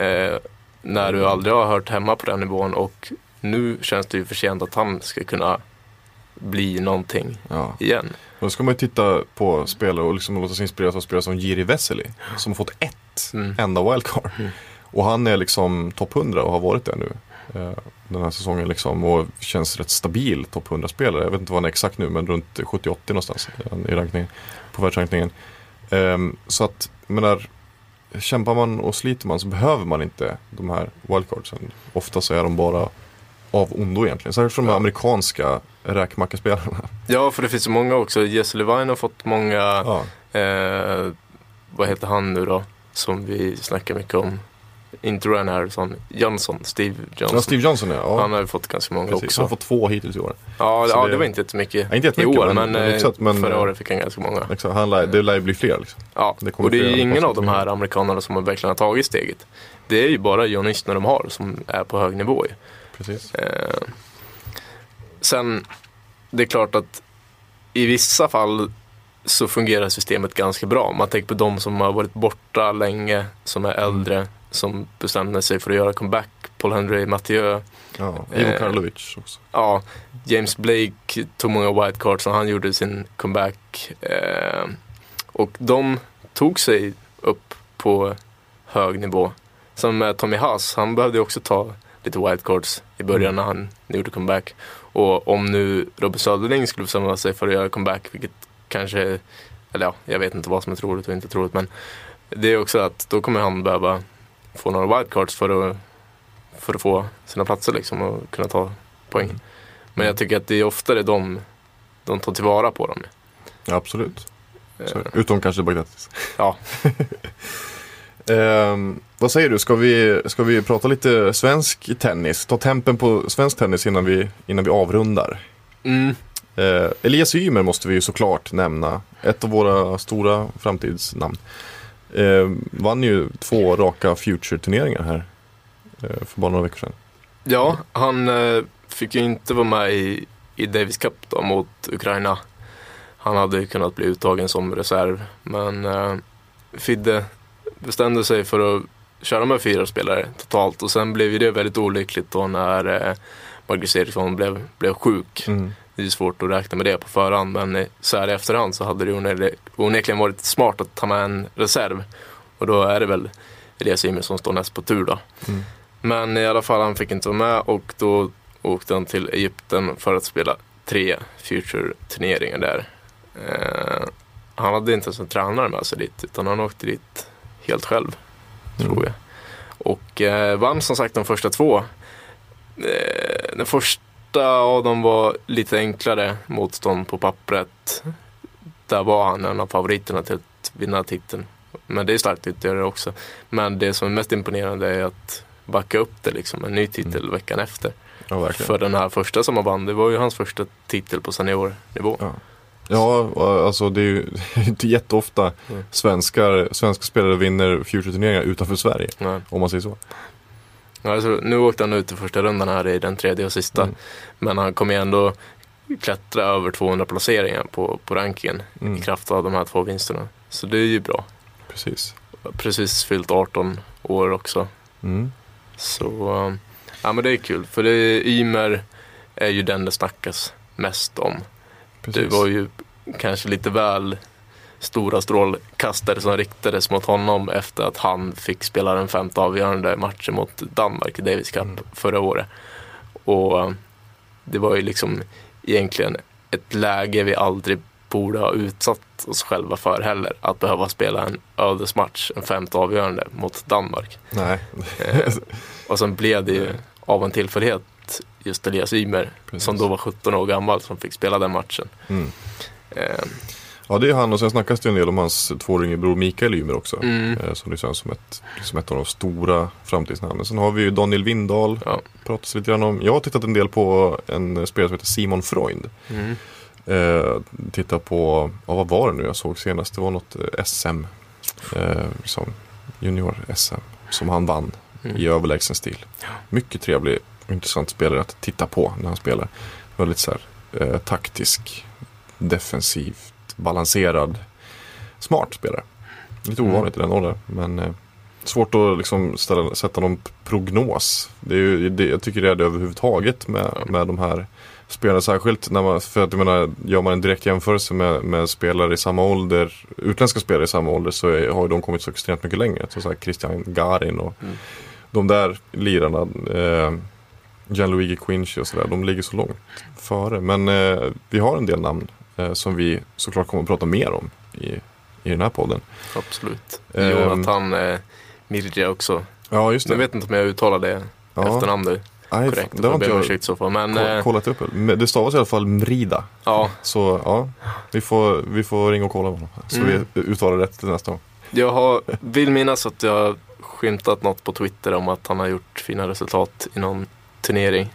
När du aldrig har hört hemma på den nivån, och nu känns det ju för sent att han ska kunna bli någonting igen. Då ska man ju titta på spelare och liksom låta sig inspireras av spelare som Jiri Vesely, som har fått ett enda wildcard. Och han är liksom topp 100 och har varit där nu den här säsongen liksom, och känns rätt stabil topp 100-spelare. Jag vet inte vad han är exakt nu, men runt 70-80 någonstans i rankningen, på världsrankningen. Så att, menar, kämpar man och sliter man så behöver man inte de här wildcardsen. Ofta så är de bara av ondo egentligen. Särskilt från de amerikanska räkmackaspelarna. Ja, för det finns så många också. Jesse Levine har fått många vad heter han nu då? Som vi snackar mycket om. Inte Ryan Harrison, Steve Johnson. Ja, Steve Johnson, ja. Han har ju fått ganska många också. Han har fått 2 hittills i år. Ja, det var inte jättemycket i år, men förra året fick han ganska många. Exakt, det lär bli fler liksom. Ja, och det är ingen av de här amerikanerna som har verkligen tagit steget. Det är ju bara John Isner de har som är på hög nivå. Precis. Sen, det är klart att i vissa fall så fungerar systemet ganska bra. Man tänker på de som har varit borta länge, som är äldre, som bestämde sig för att göra comeback. Paul-Henri Mathieu. Ja, Ivo Karlovic också. Ja, James Blake tog många wildcards och han gjorde sin comeback. Och de tog sig upp på hög nivå. Som med Tommy Haas, han behövde också ta lite wildcards i början när han gjorde comeback. Och om nu Robin Söderling skulle bestämma sig för att göra comeback, vilket kanske, eller ja, jag vet inte vad som är troligt och inte troligt, men det är också att då kommer han behöva få några wildcards för att få sina platser liksom och kunna ta poäng. Men jag tycker att det är oftare de tar tillvara på dem. Ja, absolut. Så, utom kanske Bagdatis. Ja. Vad säger du? Ska vi prata lite svensk tennis? Ta tempen på svensk tennis innan vi avrundar. Elias Ymer måste vi ju såklart nämna. Ett av våra stora framtidsnamn. Vann ju 2 raka Future-turneringar här för bara några veckor sedan. Ja, han fick ju inte vara med i Davis Cup då, mot Ukraina. Han hade kunnat bli uttagen som reserv, men Fidde bestämde sig för att köra med 4 spelare totalt, och sen blev det väldigt olyckligt då när Marcus Eriksson blev sjuk. Det är svårt att räkna med det på förhand, men så här i efterhand så hade det onekligen varit smart att ta med en reserv, och då är det väl Elias Ymer som står näst på tur då. Men i alla fall, han fick inte vara med, och då åkte han till Egypten för att spela 3 Future-turneringar där. Han hade inte ens en tränare med sig dit, utan han åkte dit helt själv, tror jag. Och vann som sagt de första 2. Den första av dem var lite enklare motstånd på pappret. Där var han en av favoriterna till att vinna titeln. Men det är starkt att göra det också. Men det som är mest imponerande är att backa upp det liksom, en ny titel veckan efter. Ja, verkligen. För den här första som han vann, det var ju hans första titel på seniornivå. Ja, alltså det är ju inte jätteofta svenska spelare vinner Future-turneringar utanför Sverige. Nej. Om man säger så. Alltså, nu åkte han ut i första rundan här i den 3:e och sista. Men han kommer ändå klättra över 200 placeringar på rankingen i kraft av de här 2 vinsterna. Så det är ju bra. Precis fyllt 18 år också. Så ja, men det är kul. För Ymer är ju den det snackas mest om. Precis. Det var ju kanske lite väl stora strålkastare som riktades mot honom efter att han fick spela den 5:e avgörande matchen mot Danmark i Davis Cup förra året. Och det var ju liksom egentligen ett läge vi aldrig borde ha utsatt oss själva för heller, att behöva spela en ödesmatch, en 5:e avgörande mot Danmark. Nej. Och sen blev det ju av en tillfällighet just Elias Ymer, som då var 17 år gammal, som fick spela den matchen. Ja, det är han, och sen snackas det en del om hans 2-årige bror Mikael Ymer också. Som det känns som ett av de stora framtidsnamnen. Sen har vi ju Daniel Windahl, pratas lite grann om. Jag har tittat en del på en spelare som heter Simon Freund. Titta på, vad var det nu jag såg senast? Det var något SM, som junior-SM, som han vann i överlägsen stil. Mycket trevlig och intressant spelare att titta på när han spelar. Väldigt så här taktisk, defensivt balanserad, smart spelare. Lite ovanligt i den åldern, men svårt att liksom sätta någon prognos. Det är ju, jag tycker det är det överhuvudtaget med de här spelarna, särskilt när man, för att jag menar, gör man en direkt jämförelse med spelare i samma ålder, utländska spelare i samma ålder, så har ju de kommit så extremt mycket längre. Så här Christian Garin och de där lirarna, Gianluigi Quinci och sådär, de ligger så långt före. Men vi har en del namn som vi såklart kommer att prata mer om i den här podden. Absolut. Jonathan Mirja också. Ja, just det. Jag vet inte om jag uttalar det efternamnet korrekt. Det har inte jag så men kollat upp. Det stavas i alla fall Mrida. Ja. Så ja, vi får ringa och kolla på honom. Så vi uttalar rätt till nästa gång. Jag vill minnas att jag har skymtat något på Twitter om att han har gjort fina resultat i någon turnering.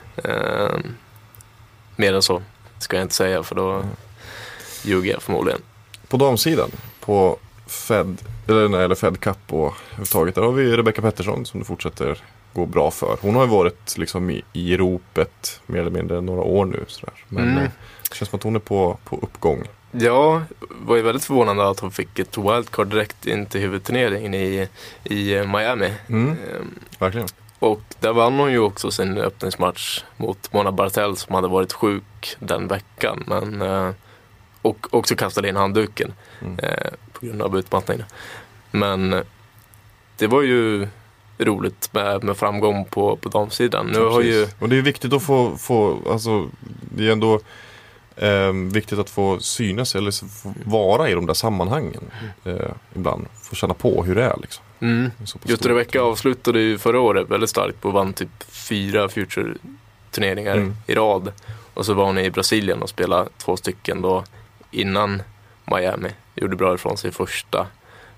Mer än så ska jag inte säga, för då ljuger jag förmodligen. På damsidan, på Fed Cup och överhuvudtaget, där har vi Rebecca Pettersson som det fortsätter gå bra för. Hon har ju varit liksom i ropet mer eller mindre några år nu sådär. Men det känns som att hon är på uppgång. Ja, var ju väldigt förvånande att hon fick ett wildcard direkt in till huvudturneringen i Miami. Verkligen. Och där vann hon ju också sin öppningsmatch mot Mona Barthel, som hade varit sjuk den veckan. Men, och också kastade in handduken på grund av utmattningen. Men det var ju roligt med framgång på damsidan. Nu Ja, har ju... Och det är viktigt att få alltså, det är ändå viktigt att få synas eller få vara i de där sammanhangen ibland. Få känna på hur det är liksom. Just Rebecca avslutade ju förra året väldigt starkt och vann typ 4 Future-turneringar i rad. Och så var hon i Brasilien och spelade 2 stycken då innan Miami. Gjorde bra ifrån sig första.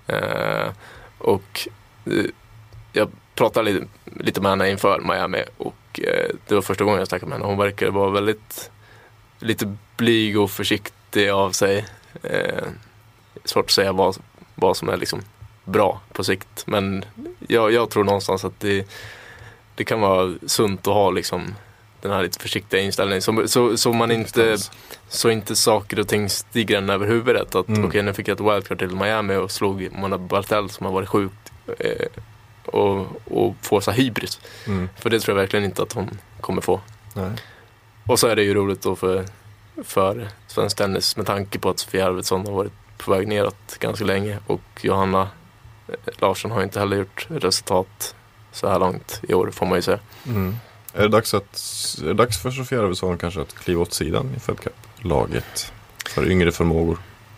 Och jag pratade lite med henne inför Miami och det var första gången jag snackade med henne. Hon verkade vara väldigt lite blyg och försiktig av sig. Svårt att säga vad som är liksom bra på sikt. Men jag tror någonstans att det kan vara sunt att ha liksom den här lite försiktiga inställningen. Så man inte så inte saker och ting stiger en över huvudet. Att okej, nu fick jag ett wildcard till Miami och slog Mona Barthel som har varit sjukt och få så hybris. För det tror jag verkligen inte att hon kommer få. Nej. Och så är det ju roligt då för svensk tennis med tanke på att Sofia Arvidsson har varit på väg neråt ganska länge och Johanna Larsson har inte heller gjort resultat så här långt i år, får man ju säga. Är det dags för Sofia Arvidsson kanske att kliva åt sidan i Fed Cup-laget för yngre förmågor?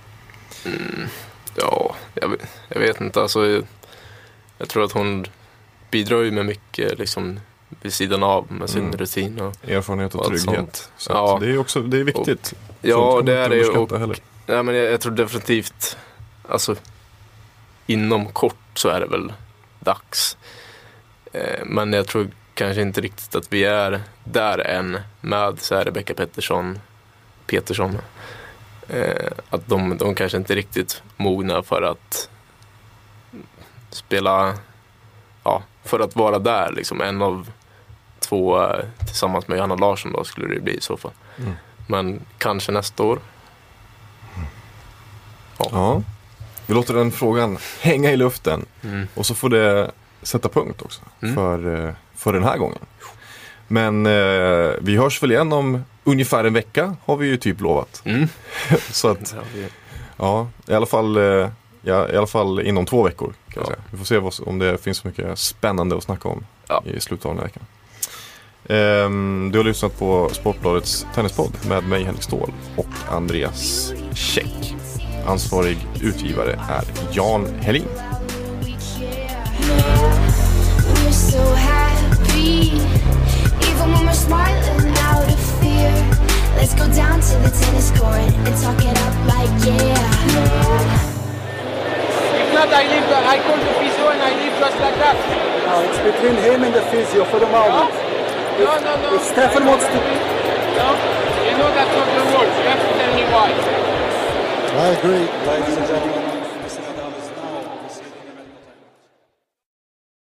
Ja, jag vet inte. Alltså, jag tror att hon bidrar ju med mycket liksom vid sidan av med sin rutin och erfarenhet och trygghet. Så ja. Det är viktigt. Ja, det är det ju. Ja, men jag tror definitivt alltså inom kort så är det väl dags. Men jag tror kanske inte riktigt att vi är där än med så här Rebecca Petersson. Att de kanske inte riktigt mogna för att spela, ja, för att vara där liksom. En av 2 tillsammans med Johanna Larsson då skulle det bli i så fall. Men kanske nästa år. Ja. Vi låter den hänga i luften. Och så får det sätta punkt också för den här gången. Men vi hörs väl igen om ungefär en vecka, har vi ju typ lovat. Så att ja, i alla fall inom 2 veckor kan jag säga. Vi får se om det finns så mycket spännande att snacka om i slutet av den här veckan. Du har lyssnat på Sportbladets tennispodd med mig, Henrik Ståhl, och Andreas Käck. Ansvarig utgivare är Jan Helin. We're so happy, even when we're smiling out of fear. Let's go down to the tennis court and talk it up like If not, I call the physio and I leave just like that. No, it's between him and the physio for the moment. No. If Stefan wants to... No, you know that's not the rules. You have to tell me why. I agree, ladies and gentlemen.